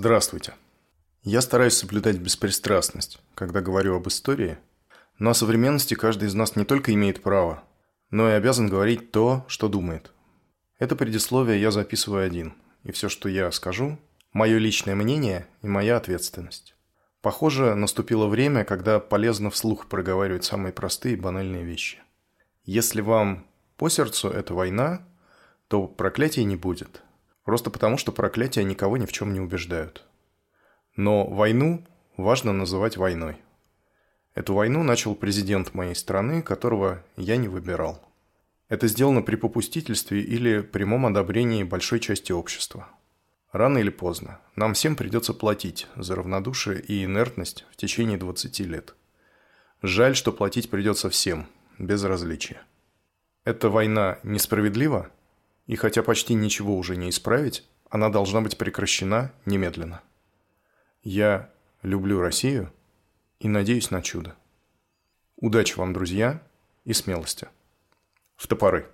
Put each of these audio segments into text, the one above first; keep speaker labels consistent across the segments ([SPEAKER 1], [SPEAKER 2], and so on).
[SPEAKER 1] Здравствуйте. Я стараюсь соблюдать беспристрастность, когда говорю об истории, но о современности каждый из нас не только имеет право, но и обязан говорить то, что думает. Это предисловие я записываю один, и все, что я скажу, мое личное мнение и моя ответственность. Похоже, наступило время, когда полезно вслух проговаривать самые простые и банальные вещи. Если вам по сердцу эта война, то проклятий не будет. Просто потому, что проклятия никого ни в чем не убеждают. Но войну важно называть войной. Эту войну начал президент моей страны, которого я не выбирал. Это сделано при попустительстве или прямом одобрении большой части общества. Рано или поздно нам всем придется платить за равнодушие и инертность в течение 20 лет. Жаль, что платить придется всем, без различия. Эта война несправедлива, и хотя почти ничего уже не исправить, она должна быть прекращена немедленно. Я люблю Россию и надеюсь на чудо. Удачи вам, друзья, и смелости. В топоры.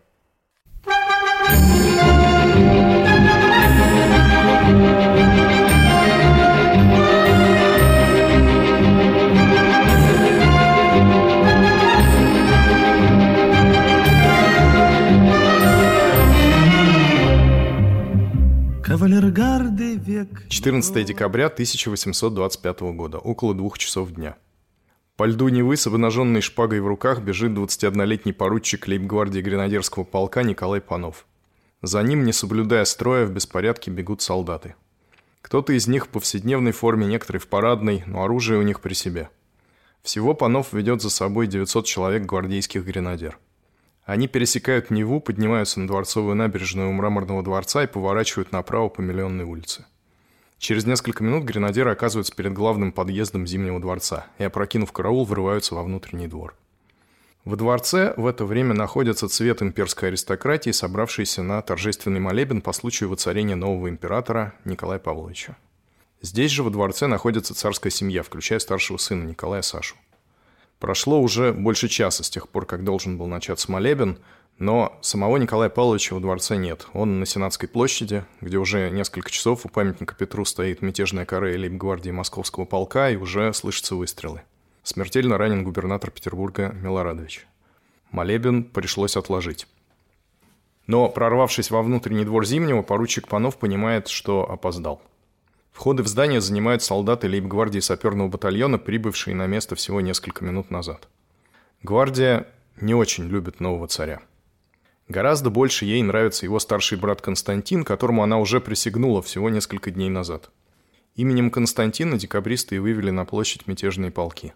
[SPEAKER 2] Кавалергарды век.
[SPEAKER 1] 14 декабря 1825 года, около 2 часов дня. По льду Невы с обнаженной шпагой в руках бежит 21-летний поручик лейб-гвардии гренадерского полка Николай Панов. За ним, не соблюдая строя, в беспорядке бегут солдаты. Кто-то из них в повседневной форме, некоторые в парадной, но оружие у них при себе. Всего Панов ведет за собой 900 человек гвардейских гренадер. Они пересекают Неву, поднимаются на Дворцовую набережную у Мраморного дворца и поворачивают направо по Миллионной улице. Через несколько минут гренадеры оказываются перед главным подъездом Зимнего дворца и, опрокинув караул, врываются во внутренний двор. Во дворце в это время находится цвет имперской аристократии, собравшийся на торжественный молебен по случаю воцарения нового императора Николая Павловича. Здесь же во дворце находится царская семья, включая старшего сына Николая Сашу. Прошло уже больше часа с тех пор, как должен был начаться молебен, но самого Николая Павловича во дворце нет. Он на Сенатской площади, где уже несколько часов у памятника Петру стоит мятежная каре лейб-гвардии Московского полка, и уже слышатся выстрелы. Смертельно ранен губернатор Петербурга Милорадович. Молебен пришлось отложить. Но, прорвавшись во внутренний двор Зимнего, поручик Панов понимает, что опоздал. Входы в здание занимают солдаты лейб-гвардии саперного батальона, прибывшие на место всего несколько минут назад. Гвардия не очень любит нового царя. Гораздо больше ей нравится его старший брат Константин, которому она уже присягнула всего несколько дней назад. Именем Константина декабристы и вывели на площадь мятежные полки.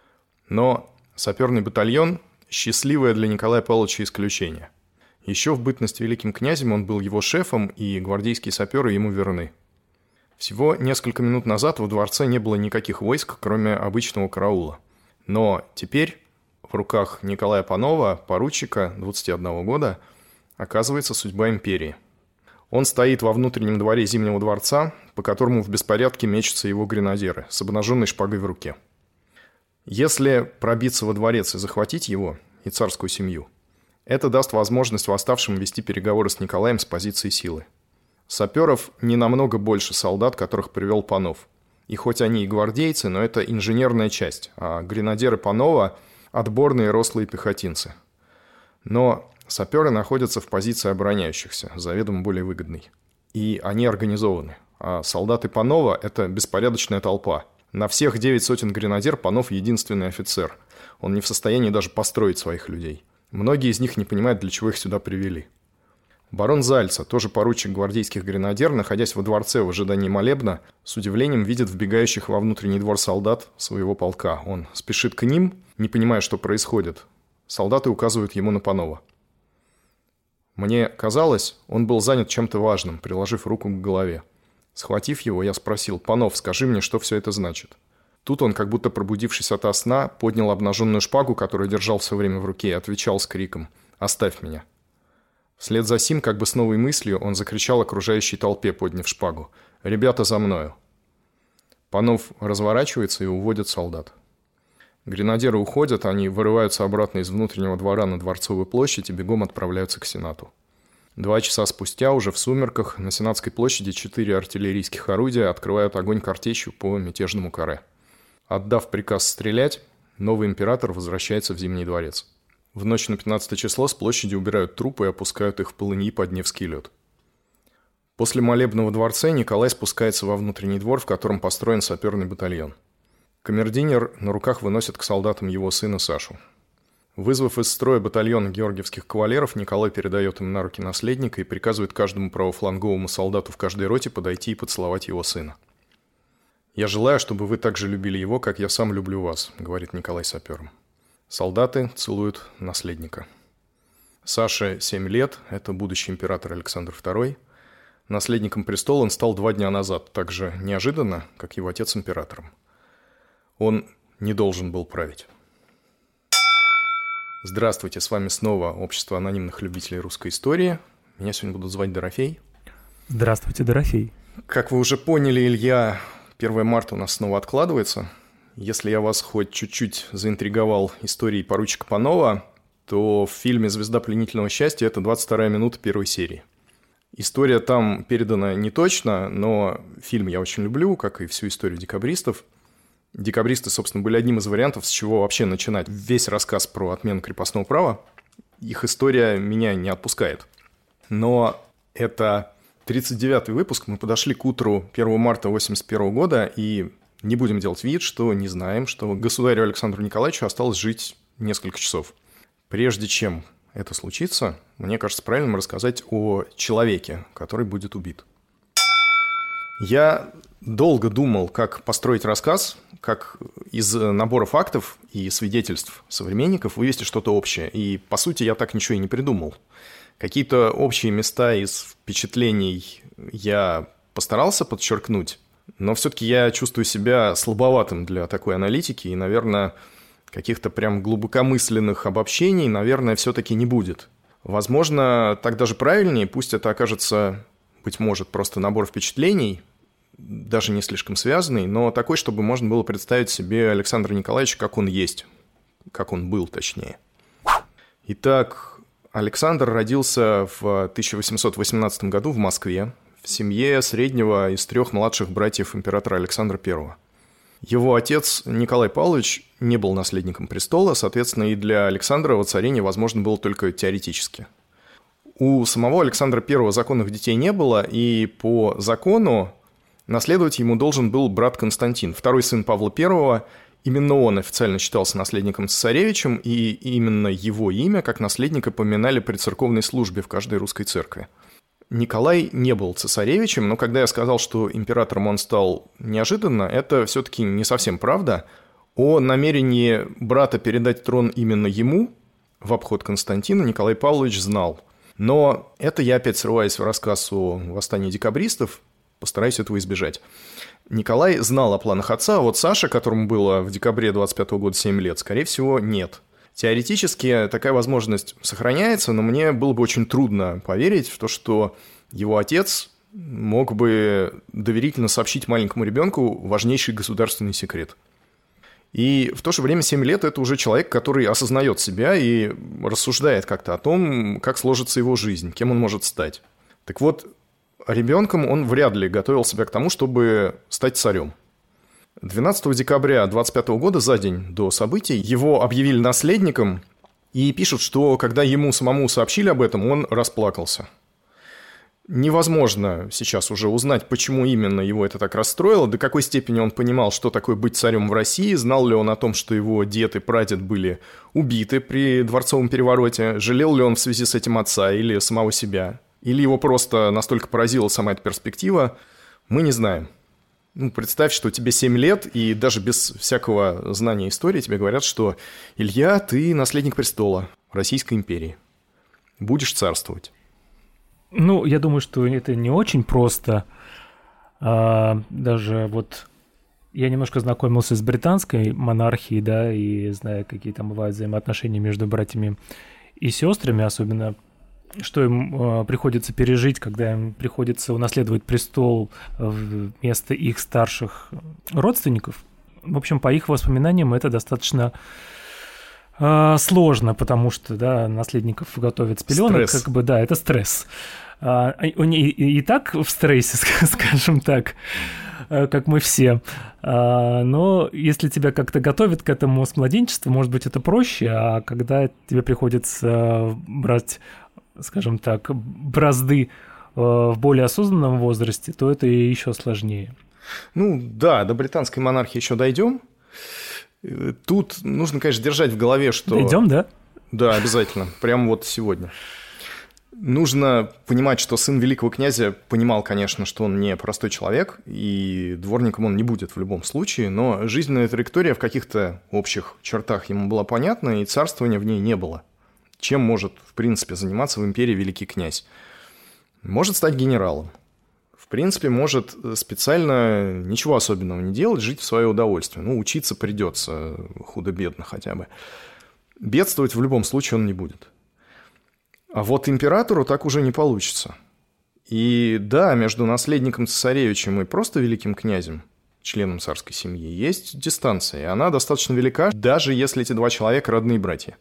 [SPEAKER 1] Но саперный батальон – счастливое для Николая Павловича исключение. Еще в бытность великим князем он был его шефом, и гвардейские саперы ему верны. Всего несколько минут назад во дворце не было никаких войск, кроме обычного караула. Но теперь в руках Николая Панова, поручика 21 года, оказывается судьба империи. Он стоит во внутреннем дворе Зимнего дворца, по которому в беспорядке мечутся его гренадеры с обнаженной шпагой в руке. Если пробиться во дворец и захватить его и царскую семью, это даст возможность восставшим вести переговоры с Николаем с позиции силы. Саперов не намного больше солдат, которых привел Панов. И хоть они и гвардейцы, но это инженерная часть, а гренадеры Панова – отборные рослые пехотинцы. Но саперы находятся в позиции обороняющихся, заведомо более выгодной. И они организованы. А солдаты Панова – это беспорядочная толпа. На всех 9 сотен гренадер Панов единственный офицер. Он не в состоянии даже построить своих людей. Многие из них не понимают, для чего их сюда привели. Барон Зальца, тоже поручик гвардейских гренадер, находясь во дворце в ожидании молебна, с удивлением видит вбегающих во внутренний двор солдат своего полка. Он спешит к ним, не понимая, что происходит. Солдаты указывают ему на Панова. Мне казалось, он был занят чем-то важным, приложив руку к голове. Схватив его, я спросил: «Панов, скажи мне, что все это значит?» Тут он, как будто пробудившись ото сна, поднял обнаженную шпагу, которую держал все время в руке, и отвечал с криком: «Оставь меня!» Вслед за сим, как бы с новой мыслью, он закричал окружающей толпе, подняв шпагу: «Ребята, за мною!» Панов разворачивается и уводит солдат. Гренадеры уходят, они вырываются обратно из внутреннего двора на Дворцовую площадь и бегом отправляются к Сенату. 2 часа спустя, уже в сумерках, на Сенатской площади 4 артиллерийских орудия открывают огонь картечью по мятежному каре. Отдав приказ стрелять, новый император возвращается в Зимний дворец. В ночь на 15 число с площади убирают трупы и опускают их в полыньи под Невский лед. После молебна во дворце Николай спускается во внутренний двор, в котором построен саперный батальон. Камердинер на руках выносит к солдатам его сына Сашу. Вызвав из строя батальон георгиевских кавалеров, Николай передает им на руки наследника и приказывает каждому правофланговому солдату в каждой роте подойти и поцеловать его сына. «Я желаю, чтобы вы так же любили его, как я сам люблю вас», — говорит Николай саперам. Солдаты целуют наследника. Саше 7 лет, это будущий император Александр II. Наследником престола он стал 2 дня назад, так же неожиданно, как его отец императором. Он не должен был править. Здравствуйте, с вами снова Общество анонимных любителей русской истории. Меня сегодня будут звать Дорофей.
[SPEAKER 3] Здравствуйте, Дорофей.
[SPEAKER 1] Как вы уже поняли, Илья, 1 марта у нас снова откладывается. Если я вас хоть чуть-чуть заинтриговал историей поручика Панова, то в фильме «Звезда пленительного счастья» это 22-я минута 1 серии. История там передана не точно, но фильм я очень люблю, как и всю историю декабристов. Декабристы, собственно, были одним из вариантов, с чего вообще начинать весь рассказ про отмену крепостного права. Их история меня не отпускает. Но это 39-й выпуск, мы подошли к утру 1 марта 1981 года и не будем делать вид, что не знаем, что государю Александру Николаевичу осталось жить несколько часов. Прежде чем это случится, мне кажется правильным рассказать о человеке, который будет убит. Я долго думал, как построить рассказ, как из набора фактов и свидетельств современников вывести что-то общее. И, по сути, я так ничего и не придумал. Какие-то общие места из впечатлений я постарался подчеркнуть, но все-таки я чувствую себя слабоватым для такой аналитики, и, наверное, каких-то прям глубокомысленных обобщений, наверное, все-таки не будет. Возможно, так даже правильнее, пусть это окажется, быть может, просто набор впечатлений, даже не слишком связанный, но такой, чтобы можно было представить себе Александра Николаевича, как он есть, как он был, точнее. Итак, Александр родился в 1818 году в Москве, в семье среднего из 3 младших братьев императора Александра I. Его отец Николай Павлович не был наследником престола, соответственно, и для Александра воцарение возможно было только теоретически. У самого Александра I законных детей не было, и по закону наследовать ему должен был брат Константин, второй сын Павла I. Именно он официально считался наследником цесаревичем, и именно его имя как наследника поминали при церковной службе в каждой русской церкви. Николай не был цесаревичем, но когда я сказал, что императором он стал неожиданно, это все-таки не совсем правда. О намерении брата передать трон именно ему в обход Константина Николай Павлович знал. Но это я опять срываюсь в рассказ о восстании декабристов, постараюсь этого избежать. Николай знал о планах отца, а вот Саше, которому было в декабре 25 года 7 лет, скорее всего, нет. Теоретически такая возможность сохраняется, но мне было бы очень трудно поверить в то, что его отец мог бы доверительно сообщить маленькому ребенку важнейший государственный секрет. И в то же время 7 лет – это уже человек, который осознает себя и рассуждает как-то о том, как сложится его жизнь, кем он может стать. Так вот, ребенком он вряд ли готовил себя к тому, чтобы стать царем. 12 декабря 25 года, за день до событий, его объявили наследником, и пишут, что когда ему самому сообщили об этом, он расплакался. Невозможно сейчас уже узнать, почему именно его это так расстроило, до какой степени он понимал, что такое быть царем в России, знал ли он о том, что его дед и прадед были убиты при дворцовом перевороте, жалел ли он в связи с этим отца или самого себя, или его просто настолько поразила сама эта перспектива, мы не знаем. Представь, что тебе 7 лет, и даже без всякого знания истории тебе говорят, что «Илья, ты наследник престола Российской империи. Будешь царствовать».
[SPEAKER 3] Я думаю, что это не очень просто. Даже вот я немножко знакомился с британской монархией, да, и знаю, какие там бывают взаимоотношения между братьями и сестрами, особенно что им приходится пережить, когда им приходится унаследовать престол вместо их старших родственников. В общем, по их воспоминаниям, это достаточно Сложно, потому что, да, наследников готовят с пеленок,
[SPEAKER 1] Стресс.
[SPEAKER 3] как бы, да, это стресс. Они и так в стрессе, скажем так, как мы все. Но если тебя как-то готовят к этому с младенчества, может быть, это проще, а когда тебе приходится брать, скажем так, бразды в более осознанном возрасте, то это еще сложнее.
[SPEAKER 1] Ну да, до британской монархии еще дойдем. Тут нужно, конечно, держать в голове, что...
[SPEAKER 3] Дойдем, да?
[SPEAKER 1] Да, обязательно. Прямо вот сегодня. Нужно понимать, что сын великого князя понимал, конечно, что он не простой человек, и дворником он не будет в любом случае, но жизненная траектория в каких-то общих чертах ему была понятна, и царствования в ней не было. Чем может, в принципе, заниматься в империи великий князь? Может стать генералом. В принципе, может специально ничего особенного не делать, жить в свое удовольствие. Ну, учиться придется худо-бедно хотя бы. Бедствовать в любом случае он не будет. А вот императору так уже не получится. И да, между наследником цесаревичем и просто великим князем, членом царской семьи, есть дистанция. И она достаточно велика, даже если эти два человека родные братья.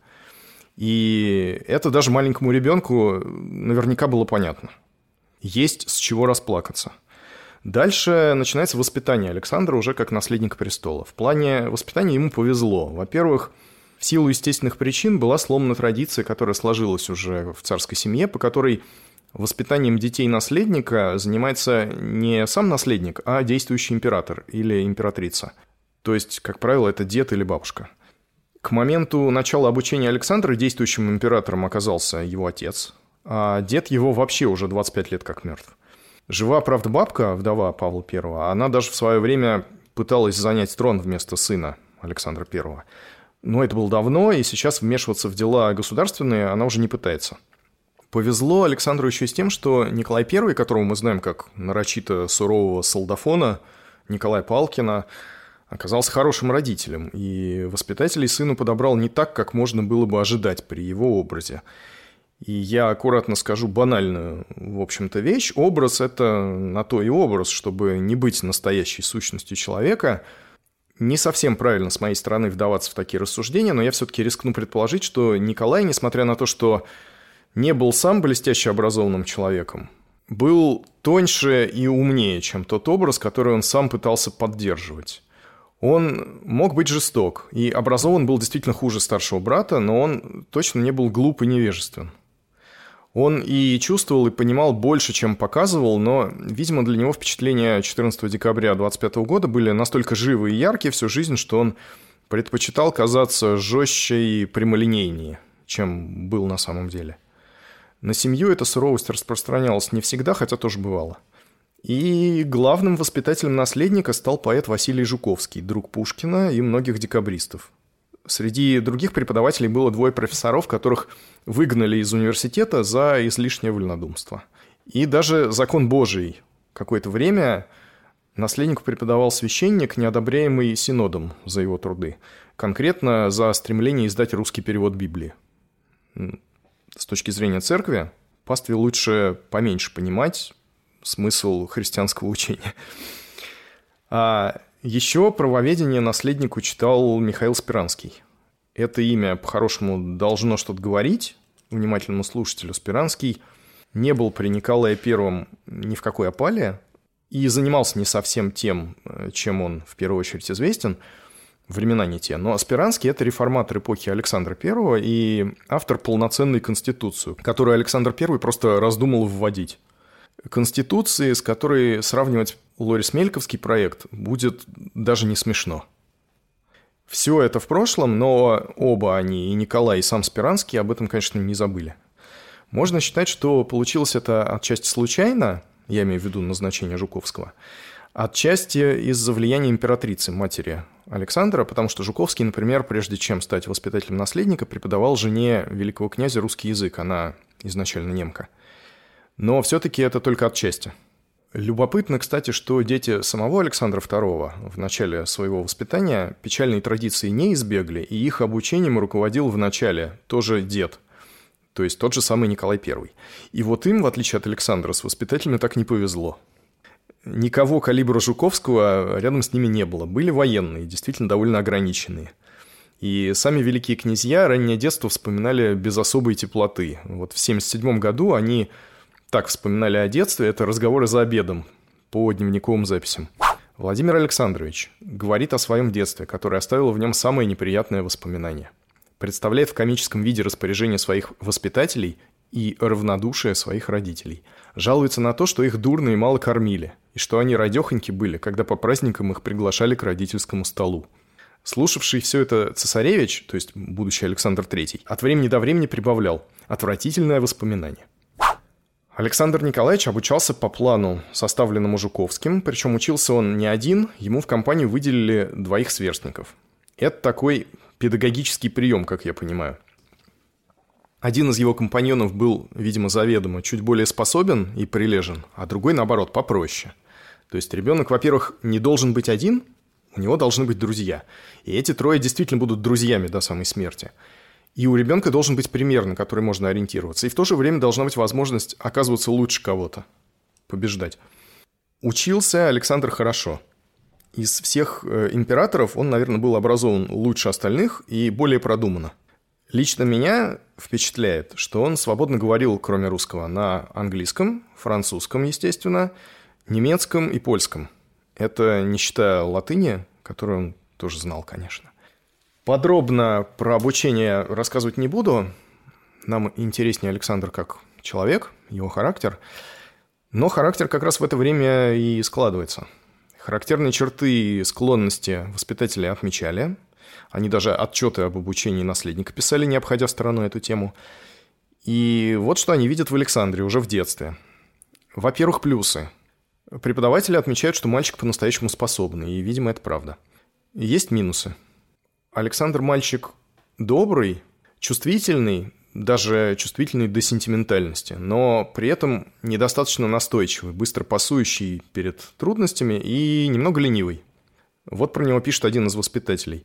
[SPEAKER 1] И это даже маленькому ребенку наверняка было понятно. Есть с чего расплакаться. Дальше начинается воспитание Александра уже как наследника престола. В плане воспитания ему повезло. Во-первых, в силу естественных причин была сломана традиция, которая сложилась уже в царской семье, по которой воспитанием детей наследника занимается не сам наследник, а действующий император или императрица. То есть, как правило, это дед или бабушка. К моменту начала обучения Александра действующим императором оказался его отец, а дед его вообще уже 25 лет как мертв. Жива, правда, бабка, вдова Павла I, она даже в свое время пыталась занять трон вместо сына Александра I. Но это было давно, и сейчас вмешиваться в дела государственные она уже не пытается. Повезло Александру еще и с тем, что Николай I, которого мы знаем как нарочито сурового солдафона, Николая Палкина, оказался хорошим родителем, и воспитателей сыну подобрал не так, как можно было бы ожидать при его образе. И я аккуратно скажу банальную, в общем-то, вещь. Образ – это на то и образ, чтобы не быть настоящей сущностью человека. Не совсем правильно с моей стороны вдаваться в такие рассуждения, но я все-таки рискну предположить, что Николай, несмотря на то, что не был сам блестяще образованным человеком, был тоньше и умнее, чем тот образ, который он сам пытался поддерживать. Он мог быть жесток, и образован был действительно хуже старшего брата, но он точно не был глуп и невежествен. Он и чувствовал, и понимал больше, чем показывал, но, видимо, для него впечатления 14 декабря 25 года были настолько живы и яркие всю жизнь, что он предпочитал казаться жестче и прямолинейнее, чем был на самом деле. На семью эта суровость распространялась не всегда, хотя тоже бывало. И главным воспитателем наследника стал поэт Василий Жуковский, друг Пушкина и многих декабристов. Среди других преподавателей было двое профессоров, которых выгнали из университета за излишнее вольнодумство. И даже закон Божий какое-то время наследнику преподавал священник, неодобряемый синодом за его труды. Конкретно за стремление издать русский перевод Библии. С точки зрения церкви, пастве лучше поменьше понимать смысл христианского учения. А еще правоведение наследнику читал Михаил Спиранский. Это имя, по-хорошему, должно что-то говорить внимательному слушателю. Спиранский не был при Николае I ни в какой опале и занимался не совсем тем, чем он в первую очередь известен. Времена не те. Но Спиранский – это реформатор эпохи Александра I и автор полноценной конституции, которую Александр I просто раздумал вводить. Конституции, с которой сравнивать Лорис-Мельковский проект будет даже не смешно. Все это в прошлом, но оба они, и Николай, и сам Спиранский, об этом, конечно, не забыли. Можно считать, что получилось это отчасти случайно, я имею в виду назначение Жуковского, отчасти из-за влияния императрицы, матери Александра, потому что Жуковский, например, прежде чем стать воспитателем наследника, преподавал жене великого князя русский язык, она изначально немка. Но все-таки это только отчасти. Любопытно, кстати, что дети самого Александра II в начале своего воспитания печальной традиции не избегли, и их обучением руководил вначале тоже дед, то есть тот же самый Николай I. И вот им, в отличие от Александра, с воспитателями так не повезло. Никого калибра Жуковского рядом с ними не было. Были военные, действительно довольно ограниченные. И сами великие князья раннее детство вспоминали без особой теплоты. Вот в 1977 году они так вспоминали о детстве, это разговоры за обедом по дневниковым записям. Владимир Александрович говорит о своем детстве, которое оставило в нем самое неприятное воспоминание. Представляет в комическом виде распоряжение своих воспитателей и равнодушие своих родителей. Жалуется на то, что их дурно и мало кормили, и что они радехоньки были, когда по праздникам их приглашали к родительскому столу. Слушавший все это цесаревич, то есть будущий Александр III, от времени до времени прибавлял: отвратительное воспоминание. Александр Николаевич обучался по плану, составленному Жуковским, причем учился он не один, ему в компанию выделили 2 сверстников. Это такой педагогический прием, как я понимаю. Один из его компаньонов был, видимо, заведомо чуть более способен и прилежен, а другой, наоборот, попроще. То есть ребенок, во-первых, не должен быть один, у него должны быть друзья. И эти 3 действительно будут друзьями до самой смерти. И у ребенка должен быть пример, на который можно ориентироваться. И в то же время должна быть возможность оказываться лучше кого-то, побеждать. Учился Александр хорошо. Из всех императоров он, наверное, был образован лучше остальных и более продуманно. Лично меня впечатляет, что он свободно говорил, кроме русского, на английском, французском, естественно, немецком и польском. Это не считая латыни, которую он тоже знал, конечно. Подробно про обучение рассказывать не буду. Нам интереснее Александр как человек, его характер. Но характер как раз в это время и складывается. Характерные черты склонности воспитатели отмечали. Они даже отчеты об обучении наследника писали, не обходя стороной эту тему. И вот что они видят в Александре уже в детстве. Во-первых, плюсы. Преподаватели отмечают, что мальчик по-настоящему способный, и, видимо, это правда. Есть минусы. Александр мальчик добрый, чувствительный, даже чувствительный до сентиментальности, но при этом недостаточно настойчивый, быстро пасующий перед трудностями и немного ленивый. Вот про него пишет один из воспитателей.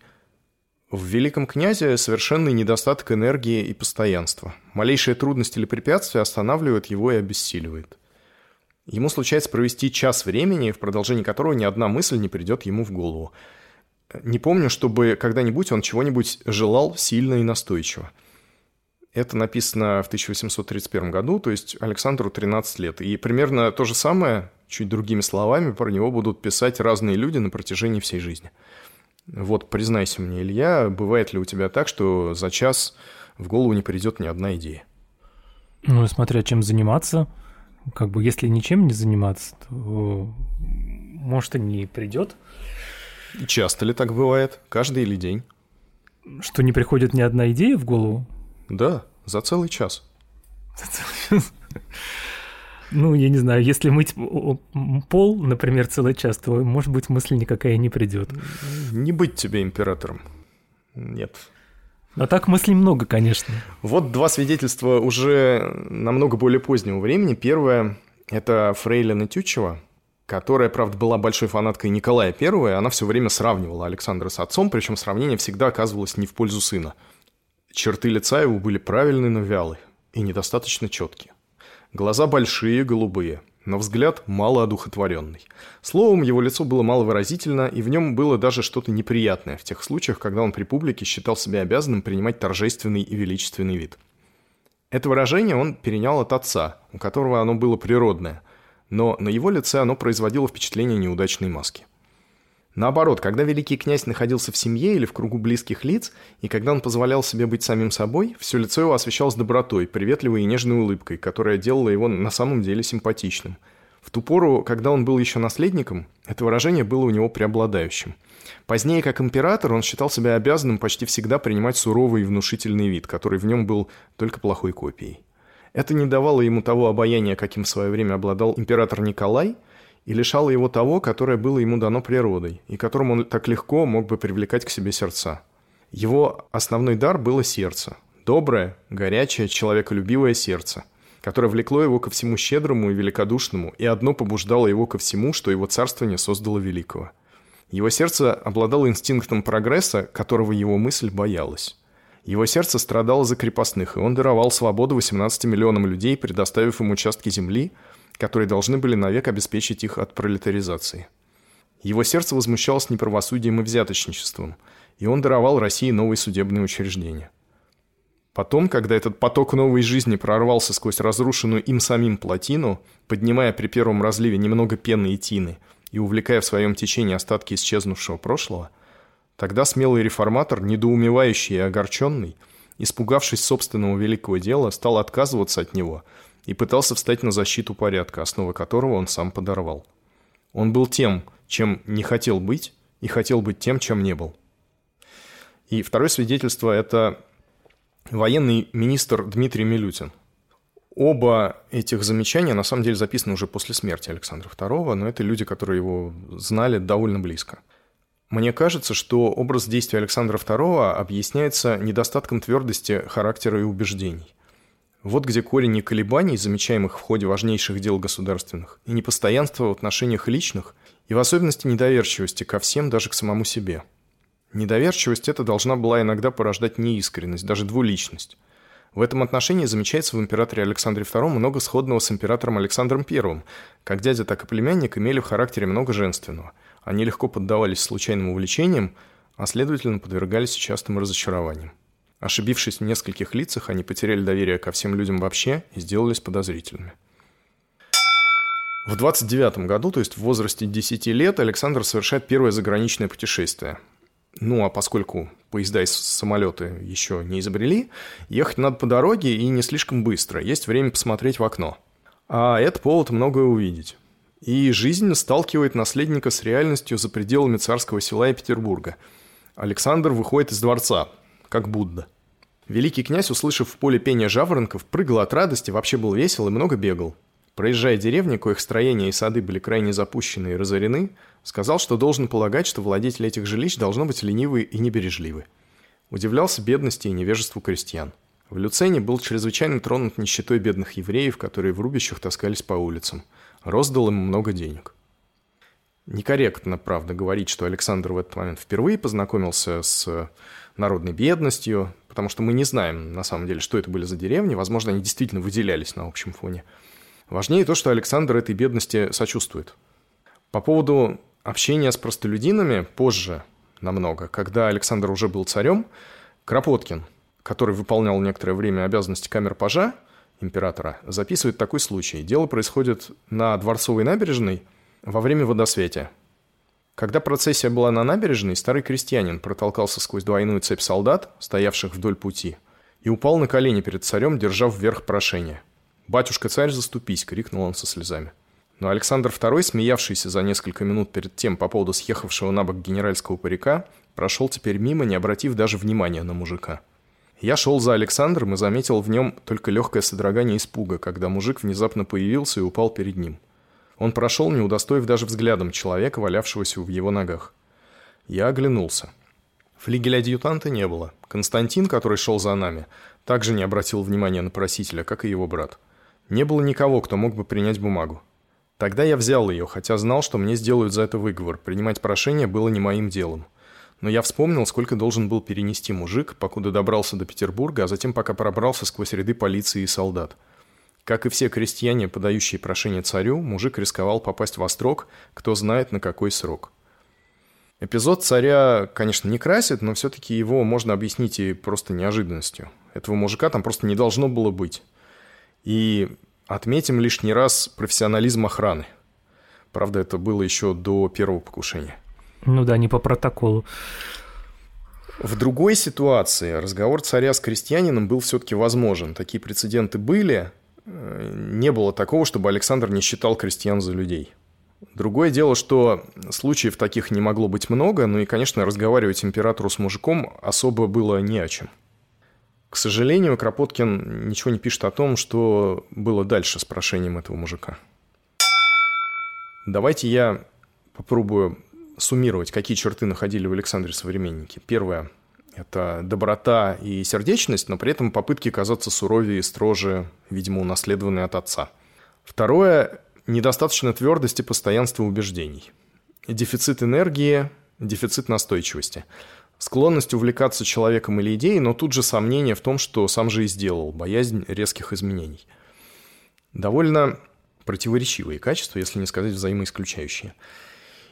[SPEAKER 1] В великом князе совершенный недостаток энергии и постоянства. Малейшая трудность или препятствие останавливает его и обессиливает. Ему случается провести час времени, в продолжении которого ни одна мысль не придет ему в голову. Не помню, чтобы когда-нибудь он чего-нибудь желал сильно и настойчиво. Это написано в 1831 году, то есть Александру 13 лет. И примерно то же самое, чуть другими словами, про него будут писать разные люди на протяжении всей жизни. Вот, признайся мне, Илья, бывает ли у тебя так, что за час в голову не придет ни одна идея?
[SPEAKER 3] Ну, смотря чем заниматься. Как бы, если ничем не заниматься, то, может, и не придет.
[SPEAKER 1] Часто ли так бывает? Каждый или день?
[SPEAKER 3] Что не приходит ни одна идея в голову?
[SPEAKER 1] Да, за целый час.
[SPEAKER 3] За целый час? Ну, я не знаю, если мыть пол, например, целый час, то, может быть, мысль никакая не придет.
[SPEAKER 1] Не быть тебе императором. Нет.
[SPEAKER 3] А так мыслей много, конечно.
[SPEAKER 1] Вот 2 свидетельства уже намного более позднего времени. Первое – это фрейлина Тютчева, которая, правда, была большой фанаткой Николая I, она все время сравнивала Александра с отцом, причем сравнение всегда оказывалось не в пользу сына. Черты лица его были правильные, но вялые и недостаточно четкие. Глаза большие, голубые, но взгляд малоодухотворенный. Словом, его лицо было маловыразительно, и в нем было даже что-то неприятное в тех случаях, когда он при публике считал себя обязанным принимать торжественный и величественный вид. Это выражение он перенял от отца, у которого оно было природное, но на его лице оно производило впечатление неудачной маски. Наоборот, когда великий князь находился в семье или в кругу близких лиц, и когда он позволял себе быть самим собой, все лицо его освещалось добротой, приветливой и нежной улыбкой, которая делала его на самом деле симпатичным. В ту пору, когда он был еще наследником, это выражение было у него преобладающим. Позднее, как император, он считал себя обязанным почти всегда принимать суровый и внушительный вид, который в нем был только плохой копией. Это не давало ему того обаяния, каким в свое время обладал император Николай, и лишало его того, которое было ему дано природой, и которым он так легко мог бы привлекать к себе сердца. Его основной дар было сердце. Доброе, горячее, человеколюбивое сердце, которое влекло его ко всему щедрому и великодушному, и одно побуждало его ко всему, что его царствование создало великого. Его сердце обладало инстинктом прогресса, которого его мысль боялась. Его сердце страдало за крепостных, и он даровал свободу 18 миллионам людей, предоставив им участки земли, которые должны были навек обеспечить их от пролетаризации. Его сердце возмущалось неправосудием и взяточничеством, и он даровал России новые судебные учреждения. Потом, когда этот поток новой жизни прорвался сквозь разрушенную им самим плотину, поднимая при первом разливе немного пены и тины и увлекая в своем течении остатки исчезнувшего прошлого, тогда смелый реформатор, недоумевающий и огорченный, испугавшись собственного великого дела, стал отказываться от него и пытался встать на защиту порядка, основы которого он сам подорвал. Он был тем, чем не хотел быть, и хотел быть тем, чем не был. И второе свидетельство – это военный министр Дмитрий Милютин. Оба этих замечания на самом деле записаны уже после смерти Александра II, но это люди, которые его знали довольно близко. Мне кажется, что образ действий Александра II объясняется недостатком твердости характера и убеждений. Вот где корень и колебаний, замечаемых в ходе важнейших дел государственных, и непостоянства в отношениях личных, и в особенности недоверчивости ко всем, даже к самому себе. Недоверчивость эта должна была иногда порождать неискренность, даже двуличность. В этом отношении замечается в императоре Александре II много сходного с императором Александром I, как дядя, так и племянник имели в характере много женственного. Они легко поддавались случайным увлечениям, а следовательно подвергались частым разочарованиям. Ошибившись в нескольких лицах, они потеряли доверие ко всем людям вообще и сделались подозрительными. В 29 году, то есть в возрасте 10 лет, Александр совершает первое заграничное путешествие. Ну, а поскольку поезда и самолеты еще не изобрели, ехать надо по дороге и не слишком быстро, есть время посмотреть в окно. А это повод многое увидеть. И жизнь сталкивает наследника с реальностью за пределами царского села и Петербурга. Александр выходит из дворца, как Будда. Великий князь, услышав в поле пение жаворонков, прыгал от радости, вообще был весел и много бегал. Проезжая деревни, коих строения и сады были крайне запущены и разорены, сказал, что должен полагать, что владетели этих жилищ должно быть ленивы и небережливы. Удивлялся бедности и невежеству крестьян. В Люцене был чрезвычайно тронут нищетой бедных евреев, которые в рубищах таскались по улицам. Роздал им много денег. Некорректно, правда, говорить, что Александр в этот момент впервые познакомился с народной бедностью, потому что мы не знаем, на самом деле, что это были за деревни. Возможно, они действительно выделялись на общем фоне. Важнее то, что Александр этой бедности сочувствует. По поводу общения с простолюдинами позже намного, когда Александр уже был царем, Кропоткин, который выполнял некоторое время обязанности камер-пажа императора, записывает такой случай. Дело происходит на Дворцовой набережной во время водосветия. Когда процессия была на набережной, старый крестьянин протолкался сквозь двойную цепь солдат, стоявших вдоль пути, и упал на колени перед царем, держав вверх прошение. «Батюшка-царь, заступись!» — крикнул он со слезами. Но Александр II, смеявшийся за несколько минут перед тем по поводу съехавшего на бок генеральского парика, прошел теперь мимо, не обратив даже внимания на мужика. Я шел за Александром и заметил в нем только легкое содрогание испуга, когда мужик внезапно появился и упал перед ним. Он прошел, не удостоив даже взглядом человека, валявшегося в его ногах. Я оглянулся. Флигеля-адъютанта не было. Константин, который шел за нами, также не обратил внимания на просителя, как и его брат. Не было никого, кто мог бы принять бумагу. Тогда я взял ее, хотя знал, что мне сделают за это выговор. Принимать прошение было не моим делом. Но я вспомнил, сколько должен был перенести мужик, покуда добрался до Петербурга, а затем пока пробрался сквозь ряды полиции и солдат. Как и все крестьяне, подающие прошение царю, мужик рисковал попасть в острог, кто знает на какой срок. Эпизод царя, конечно, не красит, но все-таки его можно объяснить и просто неожиданностью. Этого мужика там просто не должно было быть. И отметим лишний раз профессионализм охраны. Правда, это было еще до первого покушения.
[SPEAKER 3] Ну да, не по протоколу.
[SPEAKER 1] В другой ситуации разговор царя с крестьянином был все-таки возможен. Такие прецеденты были. Не было такого, чтобы Александр не считал крестьян за людей. Другое дело, что случаев таких не могло быть много, ну и, конечно, разговаривать императору с мужиком особо было не о чем. К сожалению, Кропоткин ничего не пишет о том, что было дальше с прошением этого мужика. Давайте я попробую суммировать, какие черты находили в Александре современники. Первое – это доброта и сердечность, но при этом попытки казаться суровее и строже, видимо, унаследованные от отца. Второе – недостаточно твердости и постоянства убеждений. Дефицит энергии, дефицит настойчивости. Склонность увлекаться человеком или идеей, но тут же сомнение в том, что сам же и сделал, боязнь резких изменений. Довольно противоречивые качества, если не сказать взаимоисключающие.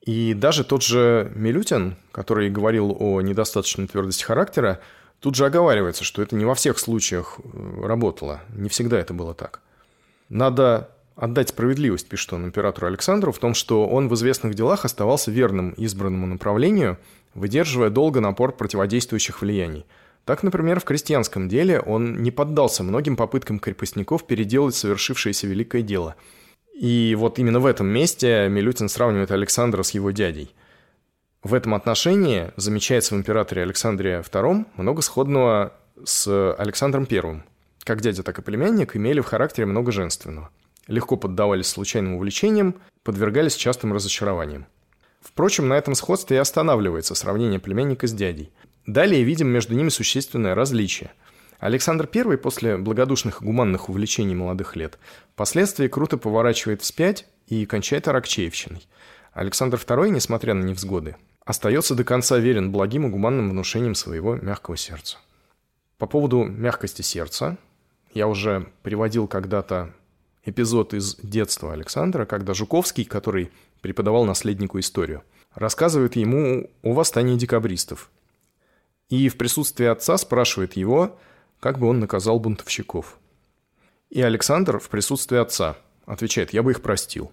[SPEAKER 1] И даже тот же Милютин, который говорил о недостаточной твердости характера, тут же оговаривается, что это не во всех случаях работало, не всегда это было так. Надо отдать справедливость, пишет он, императору Александру, в том, что он в известных делах оставался верным избранному направлению, выдерживая долго напор противодействующих влияний. Так, например, в крестьянском деле он не поддался многим попыткам крепостников переделать совершившееся великое дело. И вот именно в этом месте Милютин сравнивает Александра с его дядей. В этом отношении замечается в императоре Александре II много сходного с Александром I. Как дядя, так и племянник имели в характере много женственного. Легко поддавались случайным увлечениям, подвергались частым разочарованиям. Впрочем, на этом сходстве и останавливается сравнение племянника с дядей. Далее видим между ними существенное различие. Александр I после благодушных и гуманных увлечений молодых лет впоследствии круто поворачивает вспять и кончает аракчеевщиной. Александр II, несмотря на невзгоды, остается до конца верен благим и гуманным внушениям своего мягкого сердца. По поводу мягкости сердца я уже приводил когда-то эпизод из детства Александра, когда Жуковский, который преподавал наследнику историю, рассказывает ему о восстании декабристов. И в присутствии отца спрашивает его, как бы он наказал бунтовщиков. И Александр в присутствии отца отвечает: «Я бы их простил».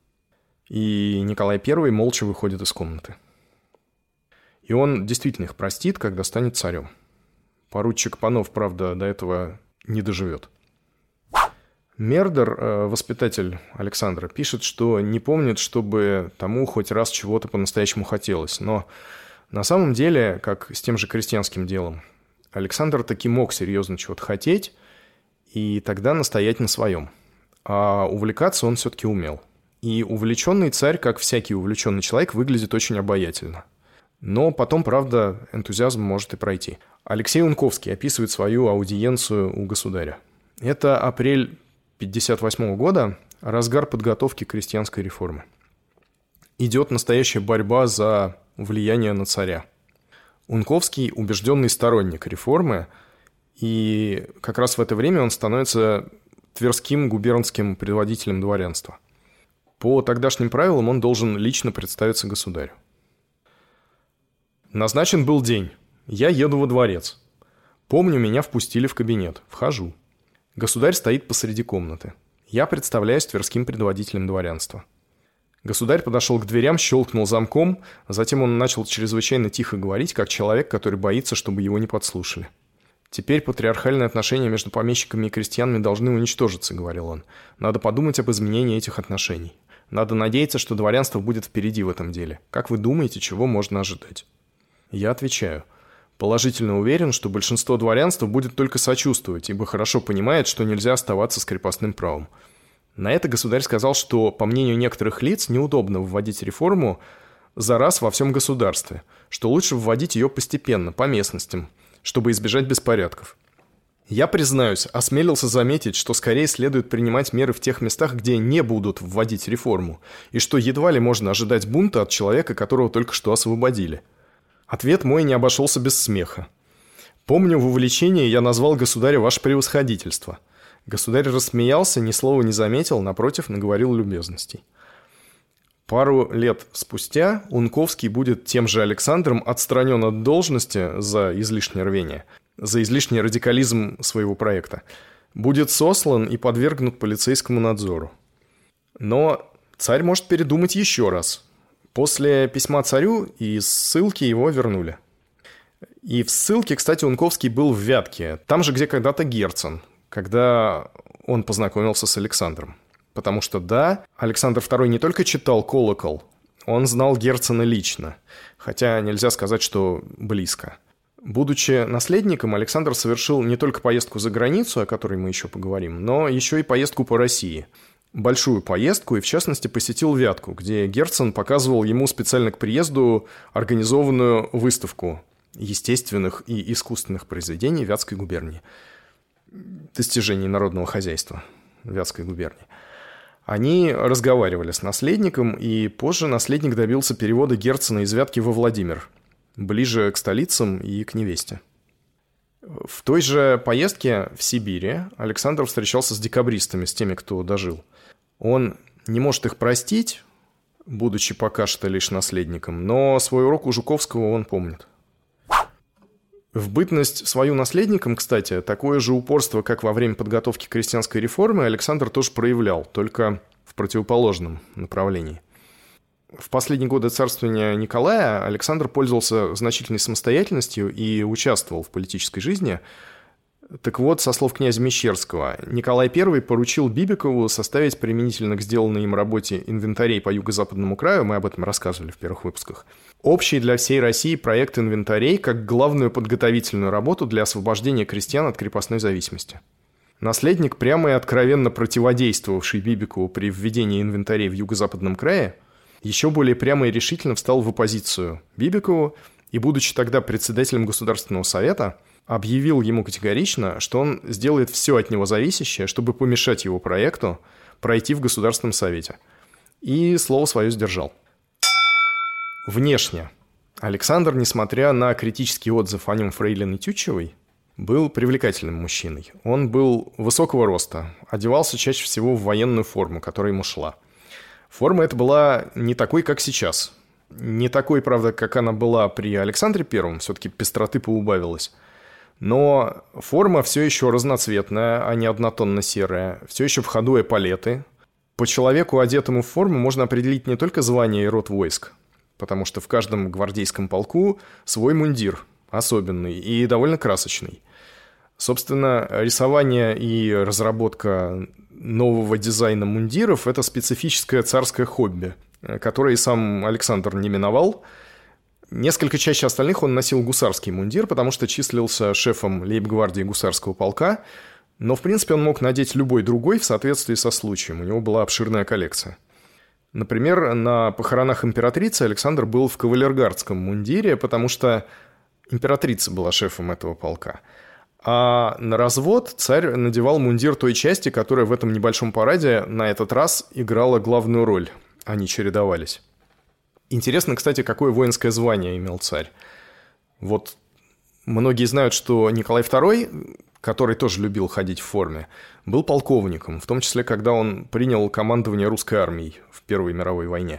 [SPEAKER 1] И Николай I молча выходит из комнаты. И он действительно их простит, когда станет царем. Поручик Панов, правда, до этого не доживет. Мердер, воспитатель Александра, пишет, что не помнит, чтобы тому хоть раз чего-то по-настоящему хотелось. Но на самом деле, как с тем же крестьянским делом, Александр таки мог серьезно чего-то хотеть и тогда настоять на своем. А увлекаться он все-таки умел. И увлеченный царь, как всякий увлеченный человек, выглядит очень обаятельно. Но потом, правда, энтузиазм может и пройти. Алексей Унковский описывает свою аудиенцию у государя. Это апрель 1958 года, разгар подготовки крестьянской реформы. Идет настоящая борьба за влияние на царя. Унковский убежденный сторонник реформы, и как раз в это время он становится тверским губернским предводителем дворянства. По тогдашним правилам он должен лично представиться государю. Назначен был день. Я еду во дворец. Помню, меня впустили в кабинет. Вхожу. Государь стоит посреди комнаты. Я представляюсь тверским предводителем дворянства. Государь подошел к дверям, щелкнул замком, затем он начал чрезвычайно тихо говорить, как человек, который боится, чтобы его не подслушали. «Теперь патриархальные отношения между помещиками и крестьянами должны уничтожиться», — говорил он. «Надо подумать об изменении этих отношений. Надо надеяться, что дворянство будет впереди в этом деле. Как вы думаете, чего можно ожидать?» Я отвечаю: положительно уверен, что большинство дворянства будет только сочувствовать, ибо хорошо понимает, что нельзя оставаться с крепостным правом. На это государь сказал, что, по мнению некоторых лиц, неудобно вводить реформу за раз во всем государстве, что лучше вводить ее постепенно, по местностям, чтобы избежать беспорядков. Я, признаюсь, осмелился заметить, что скорее следует принимать меры в тех местах, где не будут вводить реформу, и что едва ли можно ожидать бунта от человека, которого только что освободили. Ответ мой не обошелся без смеха. Помню, в увлечении я назвал государя «Ваше превосходительство». Государь рассмеялся, ни слова не заметил, напротив, наговорил любезностей. Пару лет спустя Унковский будет тем же Александром отстранен от должности за излишнее рвение, за излишний радикализм своего проекта, будет сослан и подвергнут полицейскому надзору. Но царь может передумать еще раз. После письма царю из ссылки его вернули. И в ссылке, кстати, Унковский был в Вятке, там же, где когда-то Герцен, когда он познакомился с Александром. Потому что, да, Александр II не только читал «Колокол», он знал Герцена лично, хотя нельзя сказать, что близко. Будучи наследником, Александр совершил не только поездку за границу, о которой мы еще поговорим, но еще и поездку по России. Большую поездку, и в частности посетил Вятку, где Герцен показывал ему специально к приезду организованную выставку естественных и искусственных произведений Вятской губернии. Достижений народного хозяйства Вятской губернии. Они разговаривали с наследником, и позже наследник добился перевода Герцена из Вятки во Владимир, ближе к столицам и к невесте. В той же поездке в Сибири Александр встречался с декабристами, с теми, кто дожил. Он не может их простить, будучи пока что лишь наследником, но свой урок у Жуковского он помнит. В бытность свою наследником, кстати, такое же упорство, как во время подготовки крестьянской реформы, Александр тоже проявлял, только в противоположном направлении. В последние годы царствования Николая Александр пользовался значительной самостоятельностью и участвовал в политической жизни. Так вот, со слов князя Мещерского, Николай I поручил Бибикову составить применительно к сделанной им работе инвентарей по юго-западному краю, мы об этом рассказывали в первых выпусках, общий для всей России проект инвентарей как главную подготовительную работу для освобождения крестьян от крепостной зависимости. Наследник, прямо и откровенно противодействовавший Бибикову при введении инвентарей в юго-западном крае, еще более прямо и решительно встал в оппозицию Бибикову и, будучи тогда председателем Государственного совета, объявил ему категорично, что он сделает все от него зависящее, чтобы помешать его проекту пройти в Государственном совете. И слово свое сдержал. Внешне Александр, несмотря на критический отзыв о нем фрейлины Тютчевой, был привлекательным мужчиной. Он был высокого роста, одевался чаще всего в военную форму, которая ему шла. Форма эта была не такой, как сейчас. Не такой, правда, как она была при Александре I, все-таки пестроты поубавилось. Но форма все еще разноцветная, а не однотонно-серая. Все еще в ходу эполеты. По человеку, одетому в форму, можно определить не только звание и род войск, потому что в каждом гвардейском полку свой мундир, особенный и довольно красочный. Собственно, рисование и разработка нового дизайна мундиров – это специфическое царское хобби, которое и сам Александр не миновал. Несколько чаще остальных он носил гусарский мундир, потому что числился шефом лейб-гвардии гусарского полка, но, в принципе, он мог надеть любой другой в соответствии со случаем. У него была обширная коллекция. Например, на похоронах императрицы Александр был в кавалергардском мундире, потому что императрица была шефом этого полка. А на развод царь надевал мундир той части, которая в этом небольшом параде на этот раз играла главную роль. Они чередовались. Интересно, кстати, какое воинское звание имел царь. Вот многие знают, что Николай II, который тоже любил ходить в форме, был полковником, в том числе, когда он принял командование русской армией в Первой мировой войне.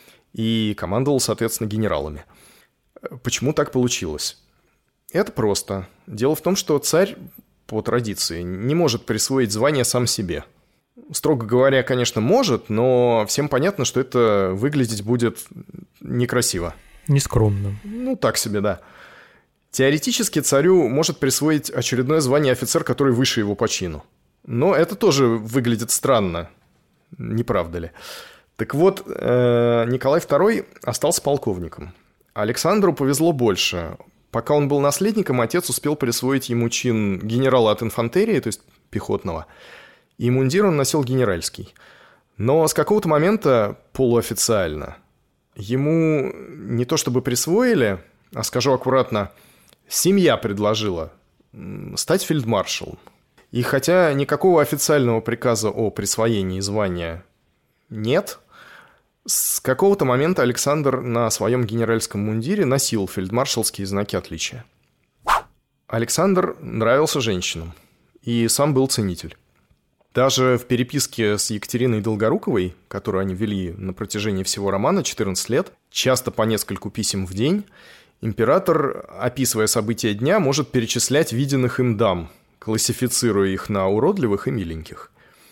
[SPEAKER 1] И командовал, соответственно, генералами. Почему так получилось? Это просто. Дело в том, что царь, по традиции, не может присвоить звание сам себе. Строго говоря, конечно, может, но всем понятно, что это выглядеть будет некрасиво.
[SPEAKER 3] Нескромно.
[SPEAKER 1] Ну, так себе, да. Теоретически царю может присвоить очередное звание офицер, который выше его по чину. Но это тоже выглядит странно, не правда ли? Так вот, Николай II остался полковником. Александру повезло больше. Пока он был наследником, отец успел присвоить ему чин генерала от инфантерии, то есть пехотного, и мундир он носил генеральский. Но с какого-то момента, полуофициально, ему не то чтобы присвоили, а скажу аккуратно, семья предложила стать фельдмаршалом. И хотя никакого официального приказа о присвоении звания нет, с какого-то момента Александр на своем генеральском мундире носил фельдмаршалские знаки отличия. Александр нравился женщинам и сам был ценитель. Даже в переписке с Екатериной Долгоруковой, которую они вели на протяжении всего романа 14 лет, часто по нескольку писем в день, император, описывая события дня, может перечислять виденных им дам, классифицируя их на уродливых и миленьких.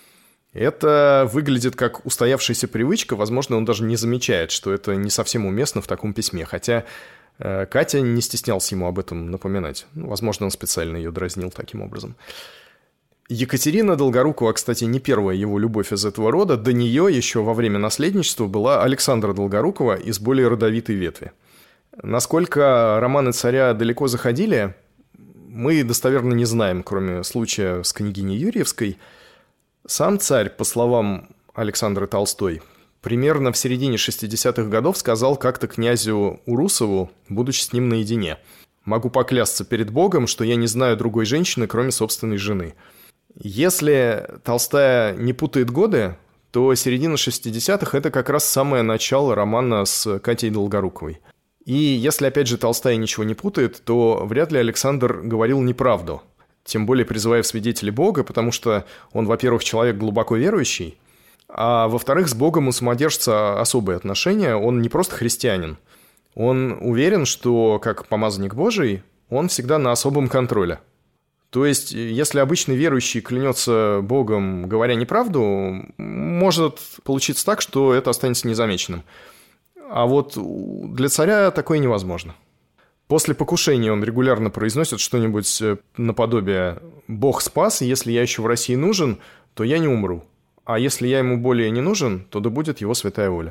[SPEAKER 1] Это выглядит как устоявшаяся привычка, возможно, он даже не замечает, что это не совсем уместно в таком письме, хотя Катя не стеснялась ему об этом напоминать. Возможно, он специально ее дразнил таким образом. Екатерина Долгорукова, кстати, не первая его любовь из этого рода. До нее еще во время наследничества была Александра Долгорукова из более родовитой ветви. Насколько романы царя далеко заходили, мы достоверно не знаем, кроме случая с княгиней Юрьевской. Сам царь, по словам Александры Толстой, примерно в середине 60-х годов сказал как-то князю Урусову, будучи с ним наедине: «Могу поклясться перед Богом, что я не знаю другой женщины, кроме собственной жены». Если Толстая не путает годы, то середина 60-х – это как раз самое начало романа с Катей Долгоруковой. И если, опять же, Толстая ничего не путает, то вряд ли Александр говорил неправду, тем более призывая в свидетели Бога, потому что он, во-первых, человек глубоко верующий, А во-вторых, с Богом у самодержца особые отношения, он не просто христианин. Он уверен, что, как помазанник Божий, он всегда на особом контроле. То есть, если обычный верующий клянется Богом, говоря неправду, может получиться так, что это останется незамеченным. А вот для царя такое невозможно. После покушения он регулярно произносит что-нибудь наподобие «Бог спас, и если я еще в России нужен, то я не умру. А если я ему более не нужен, то да будет его святая воля».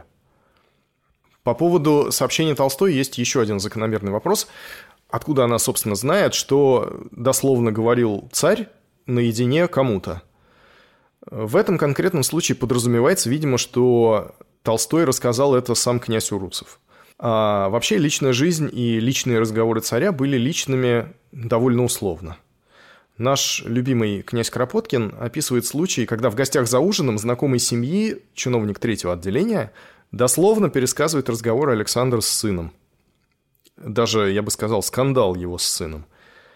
[SPEAKER 1] По поводу сообщения Толстой есть еще один закономерный вопрос. Откуда она, собственно, знает, что дословно говорил царь наедине кому-то? В этом конкретном случае подразумевается, видимо, что Толстой рассказал это сам князь Урусов. А вообще личная жизнь и личные разговоры царя были личными довольно условно. Наш любимый князь Кропоткин описывает случай, когда в гостях за ужином знакомый семьи, чиновник 3-го отделения, дословно пересказывает разговор Александра с сыном. Даже, я бы сказал, скандал его с сыном.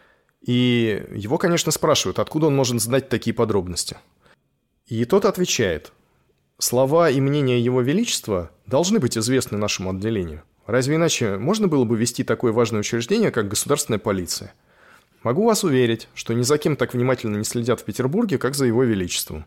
[SPEAKER 1] И его, конечно, спрашивают, откуда он может знать такие подробности. И тот отвечает: слова и мнения его величества должны быть известны нашему отделению. Разве иначе можно было бы вести такое важное учреждение, как государственная полиция? Могу вас уверить, что ни за кем так внимательно не следят в Петербурге, как за его величеством.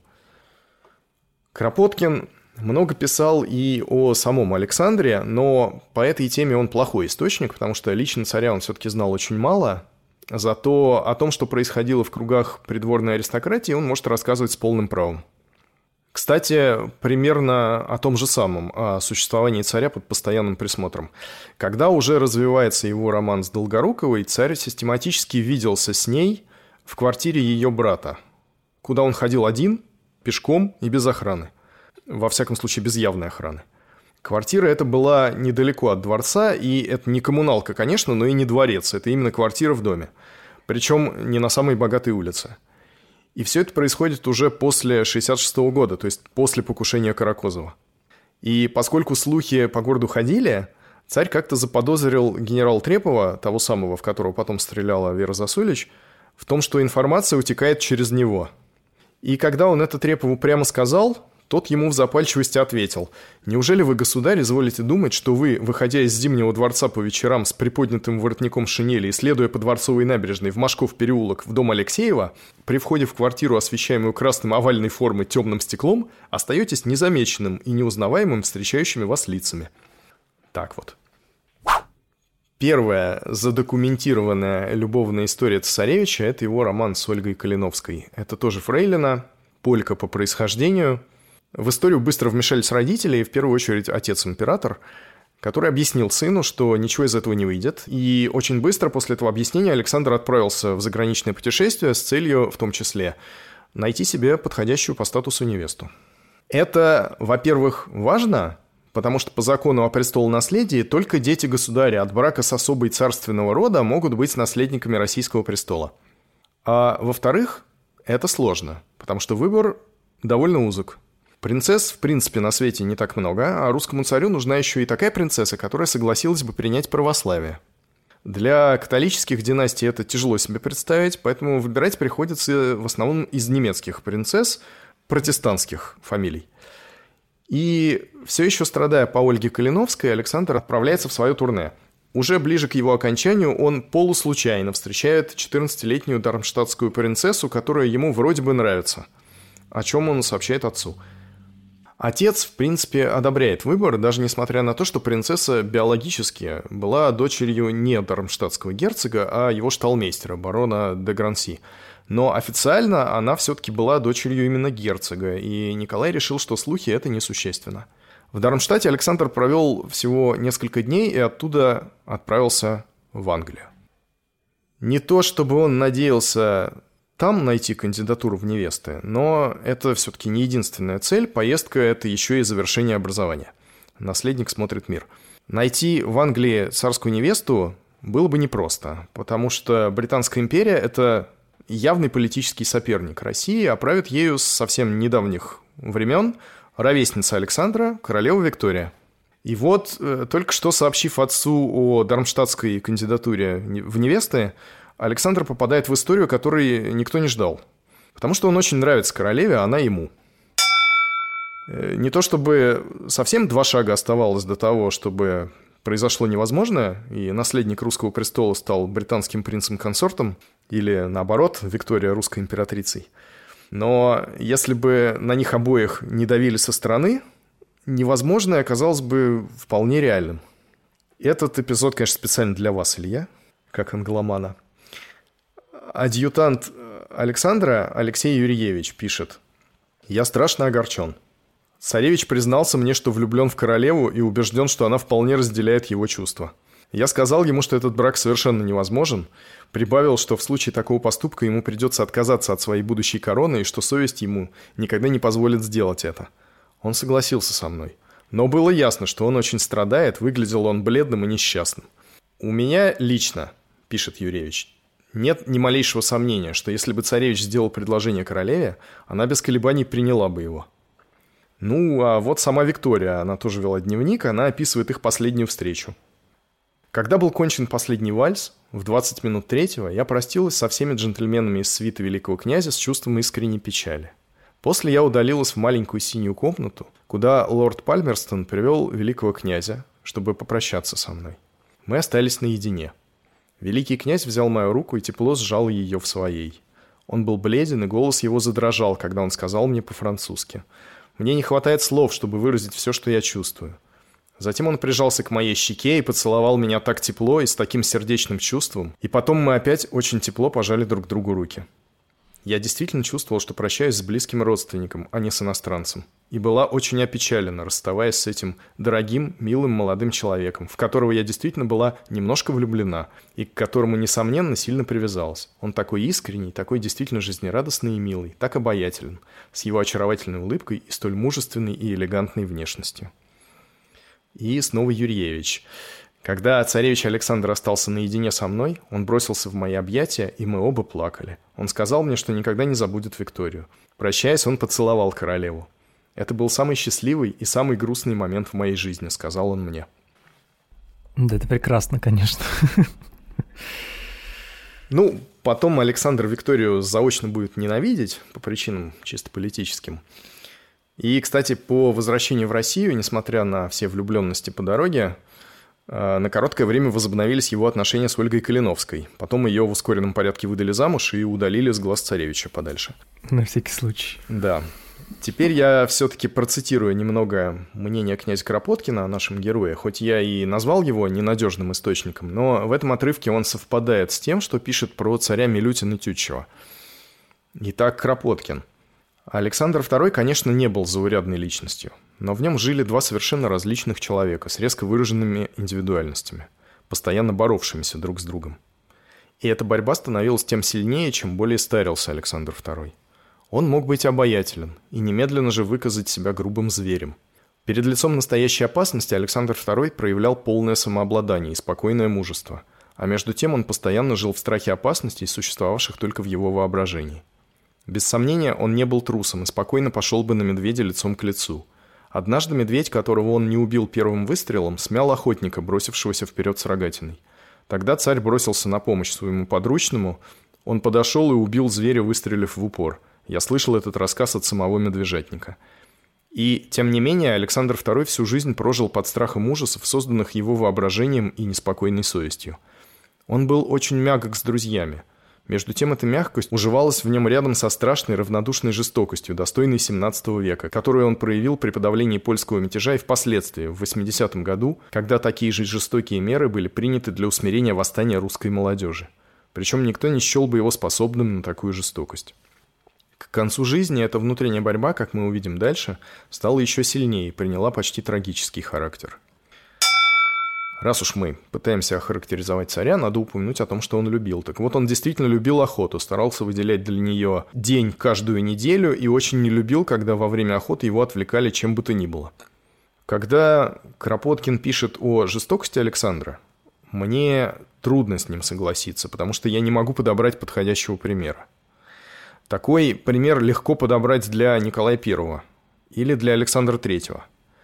[SPEAKER 1] Кропоткин много писал и о самом Александре, но по этой теме он плохой источник, потому что лично царя он все-таки знал очень мало. Зато о том, что происходило в кругах придворной аристократии, он может рассказывать с полным правом. Кстати, примерно о том же самом, о существовании царя под постоянным присмотром. Когда уже развивается его роман с Долгоруковой, царь систематически виделся с ней в квартире ее брата, куда он ходил один, пешком и без охраны. Во всяком случае, без явной охраны. Квартира эта была недалеко от дворца, и это не коммуналка, конечно, но и не дворец. Это именно квартира в доме. Причем не на самой богатой улице. И все это происходит уже после 1966 года, то есть после покушения Каракозова. И поскольку слухи по городу ходили, царь как-то заподозрил генерала Трепова, того самого, в которого потом стреляла Вера Засулич, в том, что информация утекает через него. И когда он это Трепову прямо сказал, тот ему в запальчивости ответил: «Неужели вы, государь, изволите думать, что вы, выходя из Зимнего дворца по вечерам с приподнятым воротником шинели и следуя по Дворцовой набережной в Машков переулок в дом Алексеева, при входе в квартиру, освещаемую красным овальной формы темным стеклом, остаетесь незамеченным и неузнаваемым встречающими вас лицами?» Так вот. Первая задокументированная любовная история цесаревича – это его роман с Ольгой Калиновской. Это тоже фрейлина, полька по происхождению. В историю быстро вмешались родители, и в первую очередь отец-император, который объяснил сыну, что ничего из этого не выйдет. И очень быстро после этого объяснения Александр отправился в заграничное путешествие с целью, в том числе, найти себе подходящую по статусу невесту. Это, во-первых, важно, потому что по закону о престолонаследии только дети государя от брака с особой царственного рода могут быть наследниками российского престола. А во-вторых, это сложно, потому что выбор довольно узок. Принцесс, в принципе, на свете не так много, а русскому царю нужна еще и такая принцесса, которая согласилась бы принять православие. Для католических династий это тяжело себе представить, поэтому выбирать приходится в основном из немецких принцесс, протестантских фамилий. И все еще страдая по Ольге Калиновской, Александр отправляется в свое турне. Уже ближе к его окончанию он полуслучайно встречает 14-летнюю дармштадтскую принцессу, которая ему вроде бы нравится, о чем он сообщает отцу. Отец, в принципе, одобряет выбор, даже несмотря на то, что принцесса биологически была дочерью не дармштадтского герцога, а его шталмейстера, барона де Гранси. Но официально она все-таки была дочерью именно герцога, и Николай решил, что слухи – это несущественно. В Дармштадте Александр провел всего несколько дней и оттуда отправился в Англию. Не то, чтобы он надеялся там найти кандидатуру в невесты, но это все-таки не единственная цель. Поездка – это еще и завершение образования. Наследник смотрит мир. Найти в Англии царскую невесту было бы непросто, потому что Британская империя – это явный политический соперник России, а правит ею с совсем недавних времен ровесница Александра, королева Виктория. И вот, только что сообщив отцу о дармштадтской кандидатуре в невесты, Александр попадает в историю, которой никто не ждал. Потому что он очень нравится королеве, а она ему. Не то чтобы совсем 2 шага оставалось до того, чтобы произошло невозможное, и наследник русского престола стал британским принцем-консортом, или, наоборот, Виктория русской императрицей. Но если бы на них обоих не давили со стороны, невозможное оказалось бы вполне реальным. Этот эпизод, конечно, специально для вас, Илья, как англомана. Адъютант Александра Алексей Юрьевич пишет: «Я страшно огорчен. Царевич признался мне, что влюблен в королеву и убежден, что она вполне разделяет его чувства. Я сказал ему, что этот брак совершенно невозможен, прибавил, что в случае такого поступка ему придется отказаться от своей будущей короны и что совесть ему никогда не позволит сделать это. Он согласился со мной. Но было ясно, что он очень страдает, выглядел он бледным и несчастным. У меня лично, пишет Юрьевич, нет ни малейшего сомнения, что если бы царевич сделал предложение королеве, она без колебаний приняла бы его». Ну, а вот сама Виктория, она тоже вела дневник, она описывает их последнюю встречу. «Когда был кончен последний вальс, в 20 минут 3-го я простилась со всеми джентльменами из свиты великого князя с чувством искренней печали. После я удалилась в маленькую синюю комнату, куда лорд Пальмерстон привел великого князя, чтобы попрощаться со мной. Мы остались наедине. Великий князь взял мою руку и тепло сжал ее в своей. Он был бледен, и голос его задрожал, когда он сказал мне по-французски: «Мне не хватает слов, чтобы выразить все, что я чувствую». Затем он прижался к моей щеке и поцеловал меня так тепло и с таким сердечным чувством, и потом мы опять очень тепло пожали друг другу руки. Я действительно чувствовал, что прощаюсь с близким родственником, а не с иностранцем, и была очень опечалена, расставаясь с этим дорогим, милым молодым человеком, в которого я действительно была немножко влюблена и к которому, несомненно, сильно привязалась. Он такой искренний, такой действительно жизнерадостный и милый, так обаятелен, с его очаровательной улыбкой и столь мужественной и элегантной внешностью. И снова Юрьевич. Когда царевич Александр остался наедине со мной, он бросился в мои объятия, и мы оба плакали. Он сказал мне, что никогда не забудет Викторию. Прощаясь, он поцеловал королеву. «Это был самый счастливый и самый грустный момент в моей жизни», — сказал он мне.
[SPEAKER 3] Да, это прекрасно, конечно.
[SPEAKER 1] Ну, потом Александр Викторию заочно будет ненавидеть по причинам чисто политическим. И, кстати, по возвращению в Россию, несмотря на все влюбленности по дороге, на короткое время возобновились его отношения с Ольгой Калиновской. Потом ее в ускоренном порядке выдали замуж и удалили с глаз царевича подальше.
[SPEAKER 3] На всякий случай.
[SPEAKER 1] Да. Теперь я все-таки процитирую немного мнение князя Кропоткина о нашем герое. Хоть я и назвал его ненадежным источником, но в этом отрывке он совпадает с тем, что пишет про царя Милютина Тютчева. Итак, Кропоткин. Александр II, конечно, не был заурядной личностью, но в нем жили 2 совершенно различных человека с резко выраженными индивидуальностями, постоянно боровшимися друг с другом. И эта борьба становилась тем сильнее, чем более старился Александр II. Он мог быть обаятелен и немедленно же выказать себя грубым зверем. Перед лицом настоящей опасности Александр II проявлял полное самообладание и спокойное мужество, а между тем он постоянно жил в страхе опасностей, существовавших только в его воображении. Без сомнения, он не был трусом и спокойно пошел бы на медведя лицом к лицу. Однажды медведь, которого он не убил первым выстрелом, смял охотника, бросившегося вперед с рогатиной. Тогда царь бросился на помощь своему подручному, он подошел и убил зверя, выстрелив в упор. Я слышал этот рассказ от самого медвежатника. И, тем не менее, Александр II всю жизнь прожил под страхом ужасов, созданных его воображением и неспокойной совестью. Он был очень мягок с друзьями. Между тем, эта мягкость уживалась в нем рядом со страшной равнодушной жестокостью, достойной XVII века, которую он проявил при подавлении польского мятежа и впоследствии, в 80-м году, когда такие же жестокие меры были приняты для усмирения восстания русской молодежи. Причем никто не счел бы его способным на такую жестокость. К концу жизни эта внутренняя борьба, как мы увидим дальше, стала еще сильнее и приняла почти трагический характер. Раз уж мы пытаемся охарактеризовать царя, надо упомянуть о том, что он любил. Так вот, он действительно любил охоту, старался выделять для нее день каждую неделю и очень не любил, когда во время охоты его отвлекали чем бы то ни было. Когда Кропоткин пишет о жестокости Александра, мне трудно с ним согласиться, потому что я не могу подобрать подходящего примера. Такой пример легко подобрать для Николая I или для Александра III.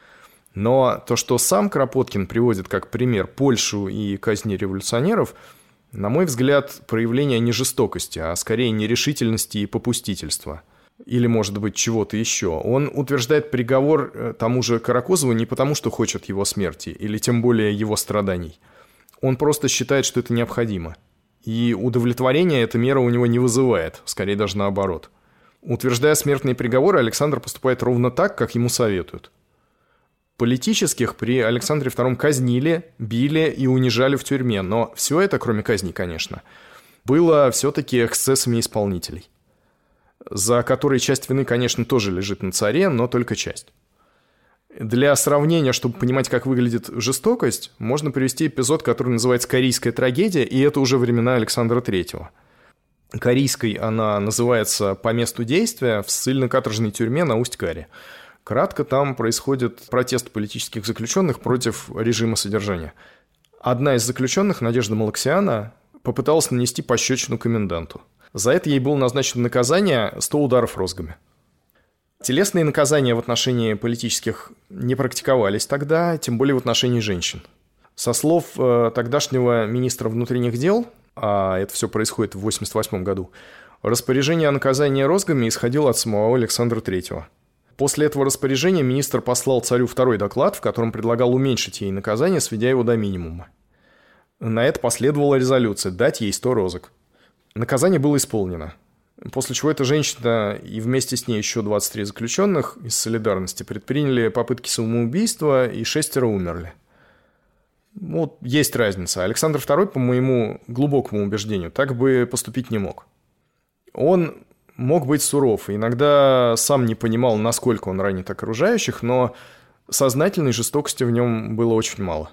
[SPEAKER 1] Но то, что сам Кропоткин приводит как пример Польшу и казни революционеров, на мой взгляд, проявление не жестокости, а скорее нерешительности и попустительства. или, может быть, чего-то еще. Он утверждает приговор тому же Каракозову не потому, что хочет его смерти, или тем более его страданий. Он просто считает, что это необходимо. И удовлетворения эта мера у него не вызывает, скорее даже наоборот. Утверждая смертные приговоры, Александр поступает ровно так, как ему советуют. Политических при Александре II казнили, били и унижали в тюрьме, но все это, кроме казней, конечно, было все-таки эксцессами исполнителей, за которые часть вины, конечно, тоже лежит на царе, но только часть. Для сравнения, чтобы понимать, как выглядит жестокость, можно привести эпизод, который называется «Корейская трагедия», и это уже времена Александра III. Корейской она называется по месту действия в ссыльно-каторжной тюрьме на Усть-Каре. Кратко, там происходит протест политических заключенных против режима содержания. Одна из заключенных, Надежда Малаксиана, попыталась нанести пощечину коменданту. За это ей было назначено наказание 100 ударов розгами. Телесные наказания в отношении политических не практиковались тогда, тем более в отношении женщин. Со слов тогдашнего министра внутренних дел, а это все происходит в 1988 году, распоряжение о наказании розгами исходило от самого Александра III. После этого распоряжения министр послал царю второй доклад, в котором предлагал уменьшить ей наказание, сведя его до минимума. На это последовала резолюция дать ей 100 розог. Наказание было исполнено. После чего эта женщина и вместе с ней еще 23 заключенных из солидарности предприняли попытки самоубийства, и 6 умерли. Вот есть разница. Александр II, по моему глубокому убеждению, так бы поступить не мог. Он мог быть суров, и иногда сам не понимал, насколько он ранит окружающих, но сознательной жестокости в нем было очень мало.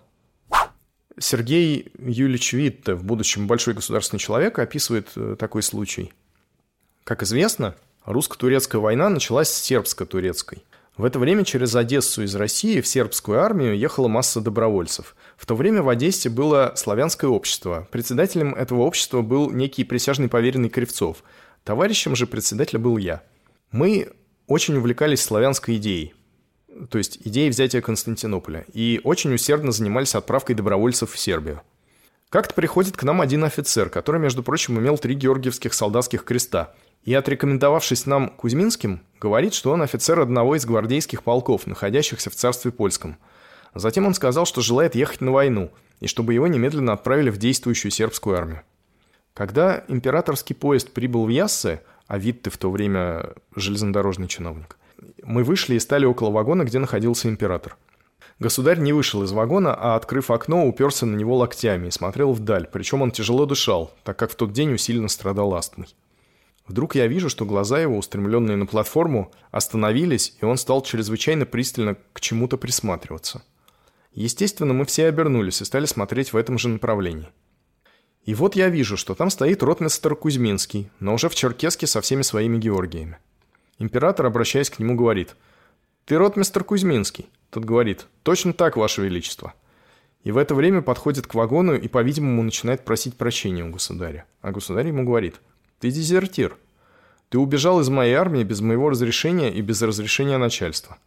[SPEAKER 1] Сергей Юлич Витте, в будущем большой государственный человек, описывает такой случай. Как известно, русско-турецкая война началась с сербско-турецкой. В это время через Одессу из России в сербскую армию ехала масса добровольцев. В то время в Одессе было славянское общество. Председателем этого общества был некий присяжный поверенный Кривцов. Товарищем же председателя был я. Мы очень увлекались славянской идеей, то есть идеей взятия Константинополя, и очень усердно занимались отправкой добровольцев в Сербию. Как-то приходит к нам один офицер, который, между прочим, имел 3 георгиевских солдатских креста, и, отрекомендовавшись нам Кузьминским, говорит, что он офицер одного из гвардейских полков, находящихся в царстве польском. Затем он сказал, что желает ехать на войну, и чтобы его немедленно отправили в действующую сербскую армию. Когда императорский поезд прибыл в Яссы, а Витте в то время железнодорожный чиновник, мы вышли и стали около вагона, где находился император. Государь не вышел из вагона, а, открыв окно, уперся на него локтями и смотрел вдаль, причем он тяжело дышал, так как в тот день усиленно страдал астмой. Вдруг я вижу, что глаза его, устремленные на платформу, остановились, и он стал чрезвычайно пристально к чему-то присматриваться. Естественно, мы все обернулись и стали смотреть в этом же направлении. И вот я вижу, что там стоит ротмистр Кузьминский, но уже в черкеске со всеми своими Георгиями. Император, обращаясь к нему, говорит: «Ты ротмистр Кузьминский?» Тот говорит: «Точно так, Ваше Величество». И в это время подходит к вагону и, по-видимому, начинает просить прощения у государя. А государь ему говорит: «Ты дезертир. Ты убежал из моей армии без моего разрешения и без разрешения начальства».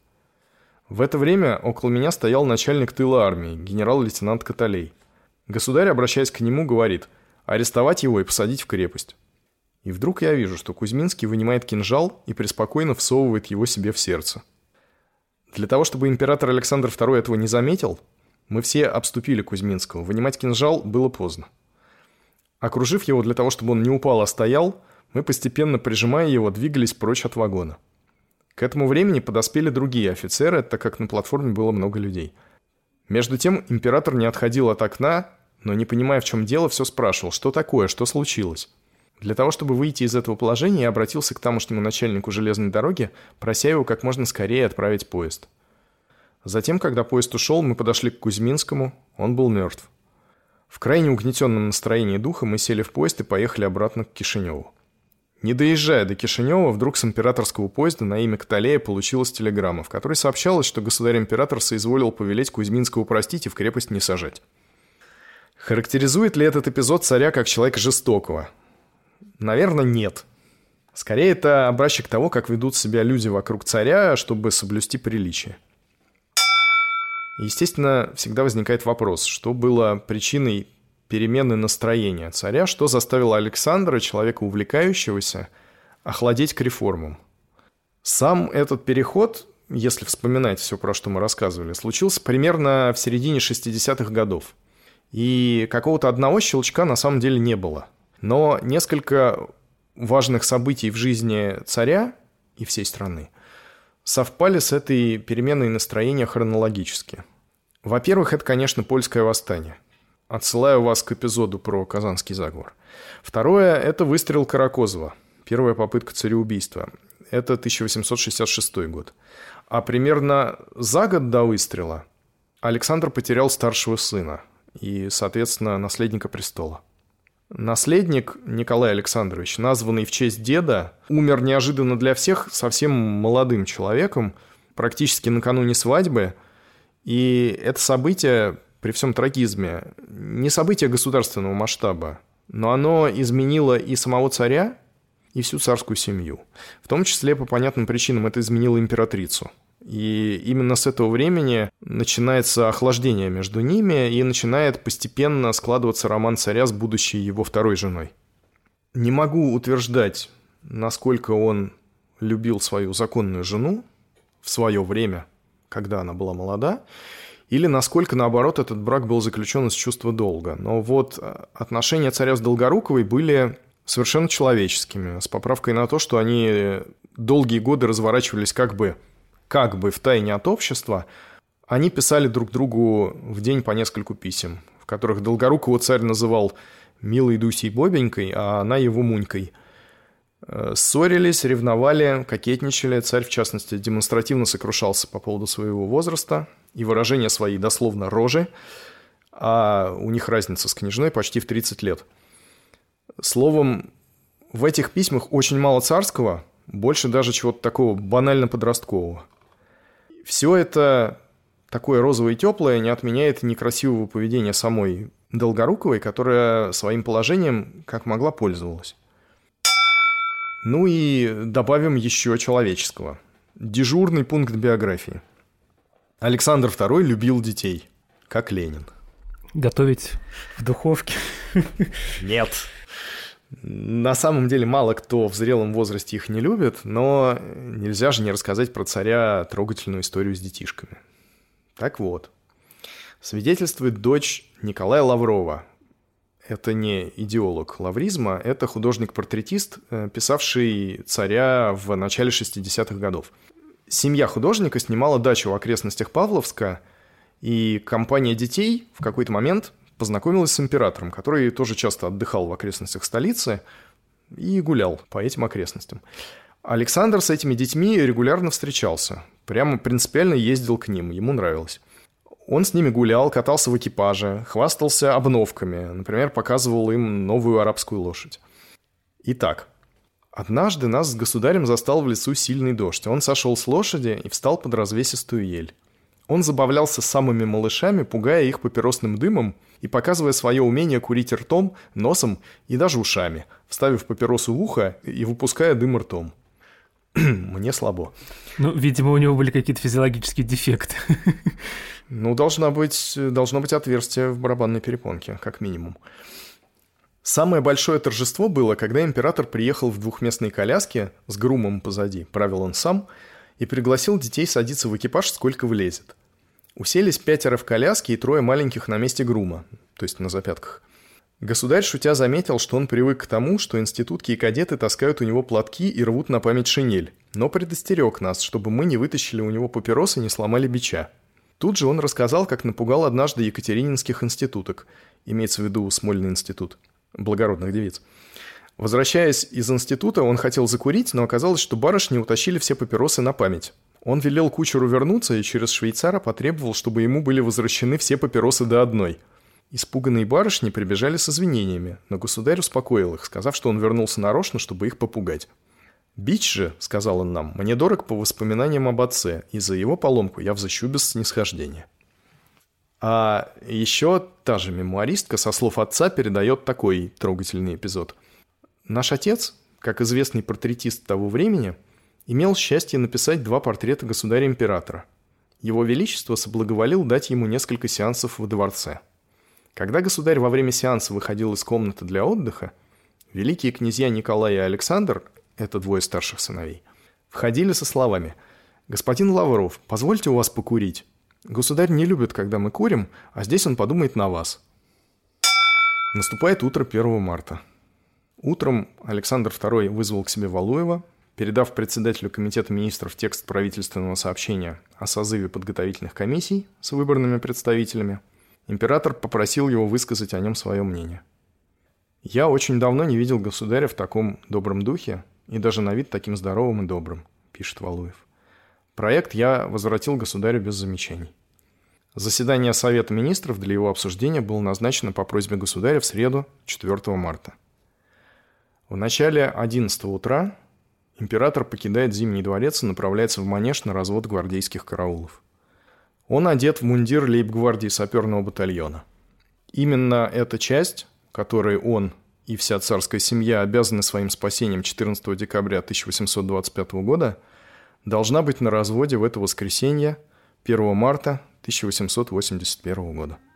[SPEAKER 1] В это время около меня стоял начальник тыла армии, генерал-лейтенант Каталей. Государь, обращаясь к нему, говорит: «Арестовать его и посадить в крепость». И вдруг я вижу, что Кузьминский вынимает кинжал и преспокойно всовывает его себе в сердце. Для того, чтобы император Александр II этого не заметил, мы все обступили Кузьминского. Вынимать кинжал было поздно. Окружив его для того, чтобы он не упал, а стоял, мы, постепенно прижимая его, двигались прочь от вагона. К этому времени подоспели другие офицеры, так как на платформе было много людей. Между тем император не отходил от окна, но, не понимая, в чем дело, все спрашивал: что такое, что случилось. Для того, чтобы выйти из этого положения, я обратился к тамошнему начальнику железной дороги, прося его как можно скорее отправить поезд. Затем, когда поезд ушел, мы подошли к Кузьминскому, он был мертв. В крайне угнетенном настроении духа мы сели в поезд и поехали обратно к Кишиневу. Не доезжая до Кишинева, вдруг с императорского поезда на имя Каталея получилась телеграмма, в которой сообщалось, что государь-император соизволил повелеть Кузьминского простить и в крепость не сажать. Характеризует ли этот эпизод царя как человека жестокого? Наверное, нет. Скорее, это образчик того, как ведут себя люди вокруг царя, чтобы соблюсти приличие. Естественно, всегда возникает вопрос, что было причиной перемены настроения царя, что заставило Александра, человека увлекающегося, охладеть к реформам. Сам этот переход, если вспоминать все, про что мы рассказывали, случился примерно в середине 60-х годов. И какого-то одного щелчка на самом деле не было. Но несколько важных событий в жизни царя и всей страны совпали с этой переменой настроения хронологически. Во-первых, это, конечно, польское восстание. Отсылаю вас к эпизоду про Казанский заговор. Второе – это выстрел Каракозова, первая попытка цареубийства. Это 1866 год. А примерно за год до выстрела Александр потерял старшего сына и, соответственно, наследника престола. Наследник, Николай Александрович, названный в честь деда, умер неожиданно для всех совсем молодым человеком, практически накануне свадьбы. И это событие, при всем трагизме, не событие государственного масштаба, но оно изменило и самого царя, и всю царскую семью. В том числе, по понятным причинам, это изменило императрицу. И именно с этого времени начинается охлаждение между ними и начинает постепенно складываться роман царя с будущей его второй женой. Не могу утверждать, насколько он любил свою законную жену в свое время, когда она была молода, или насколько, наоборот, этот брак был заключен из чувства долга. Но вот отношения царя с Долгоруковой были совершенно человеческими, с поправкой на то, что они долгие годы разворачивались как бы в тайне от общества. Они писали друг другу в день по нескольку писем, в которых Долгорукову царь называл «милой Дусей Бобенькой», а она его Мунькой. Ссорились, ревновали, кокетничали. Царь, в частности, демонстративно сокрушался по поводу своего возраста и выражения своей дословно рожи, а у них разница с княжной почти в 30 лет. Словом, в этих письмах очень мало царского, больше даже чего-то такого банально подросткового. Все это такое розовое и теплое не отменяет некрасивого поведения самой Долгоруковой, которая своим положением как могла пользовалась. Ну и добавим еще человеческого. Дежурный пункт биографии. Александр II любил детей, как Ленин.
[SPEAKER 3] Готовить в духовке?
[SPEAKER 1] Нет. На самом деле мало кто в зрелом возрасте их не любит, но нельзя же не рассказать про царя трогательную историю с детишками. Так вот, свидетельствует дочь Николая Лаврова. Это не идеолог лавризма, это художник-портретист, писавший царя в начале 60-х годов. Семья художника снимала дачу в окрестностях Павловска, и компания детей в какой-то момент познакомилась с императором, который тоже часто отдыхал в окрестностях столицы и гулял по этим окрестностям. Александр с этими детьми регулярно встречался, прямо принципиально ездил к ним, ему нравилось. Он с ними гулял, катался в экипаже, хвастался обновками, например, показывал им новую арабскую лошадь. Итак, однажды нас с государем застал в лесу сильный дождь. Он сошел с лошади и встал под развесистую ель. Он забавлялся с самыми малышами, пугая их папиросным дымом и показывая свое умение курить ртом, носом и даже ушами, вставив папиросу в ухо и выпуская дым ртом. Мне слабо.
[SPEAKER 3] Ну, видимо, у него были какие-то физиологические дефекты.
[SPEAKER 1] Ну, должно быть отверстие в барабанной перепонке, как минимум. Самое большое торжество было, когда император приехал в двухместной коляске с грумом позади, правил он сам, и пригласил детей садиться в экипаж, сколько влезет. Уселись 5 в коляске и 3 маленьких на месте грума, то есть на запятках. Государь, шутя, заметил, что он привык к тому, что институтки и кадеты таскают у него платки и рвут на память шинель, но предостерег нас, чтобы мы не вытащили у него папиросы и не сломали бича. Тут же он рассказал, как напугал однажды екатерининских институток, имеется в виду Смольный институт благородных девиц. Возвращаясь из института, он хотел закурить, но оказалось, что барышни утащили все папиросы на память. Он велел кучеру вернуться и через швейцара потребовал, чтобы ему были возвращены все папиросы до одной. Испуганные барышни прибежали с извинениями, но государь успокоил их, сказав, что он вернулся нарочно, чтобы их попугать. «Бич же, — сказал он нам, — мне дорог по воспоминаниям об отце, и за его поломку я взыщу без снисхождения». А еще та же мемуаристка со слов отца передает такой трогательный эпизод. «Наш отец, как известный портретист того времени, имел счастье написать 2 портрета государя-императора. Его Величество соблаговолил дать ему несколько сеансов во дворце. Когда государь во время сеанса выходил из комнаты для отдыха, великие князья Николай и Александр, это 2 старших сыновей, Входили со словами: «Господин Лавров, позвольте у вас покурить. Государь не любит, когда мы курим, а здесь он подумает на вас». Наступает утро 1 марта. Утром Александр II вызвал к себе Валуева, передав председателю Комитета министров текст правительственного сообщения о созыве подготовительных комиссий с выборными представителями. Император попросил его высказать о нем свое мнение. «Я очень давно не видел государя в таком добром духе и даже на вид таким здоровым и добрым», — пишет Валуев. «Проект я возвратил государю без замечаний. Заседание Совета министров для его обсуждения было назначено по просьбе государя в среду, 4 марта. В начале 11 утра император покидает Зимний дворец и направляется в Манеж на развод гвардейских караулов. Он одет в мундир лейб-гвардии саперного батальона. Именно эта часть, которой он и вся царская семья обязаны своим спасением 14 декабря 1825 года, должна быть на разводе в это воскресенье 1 марта 1881 года.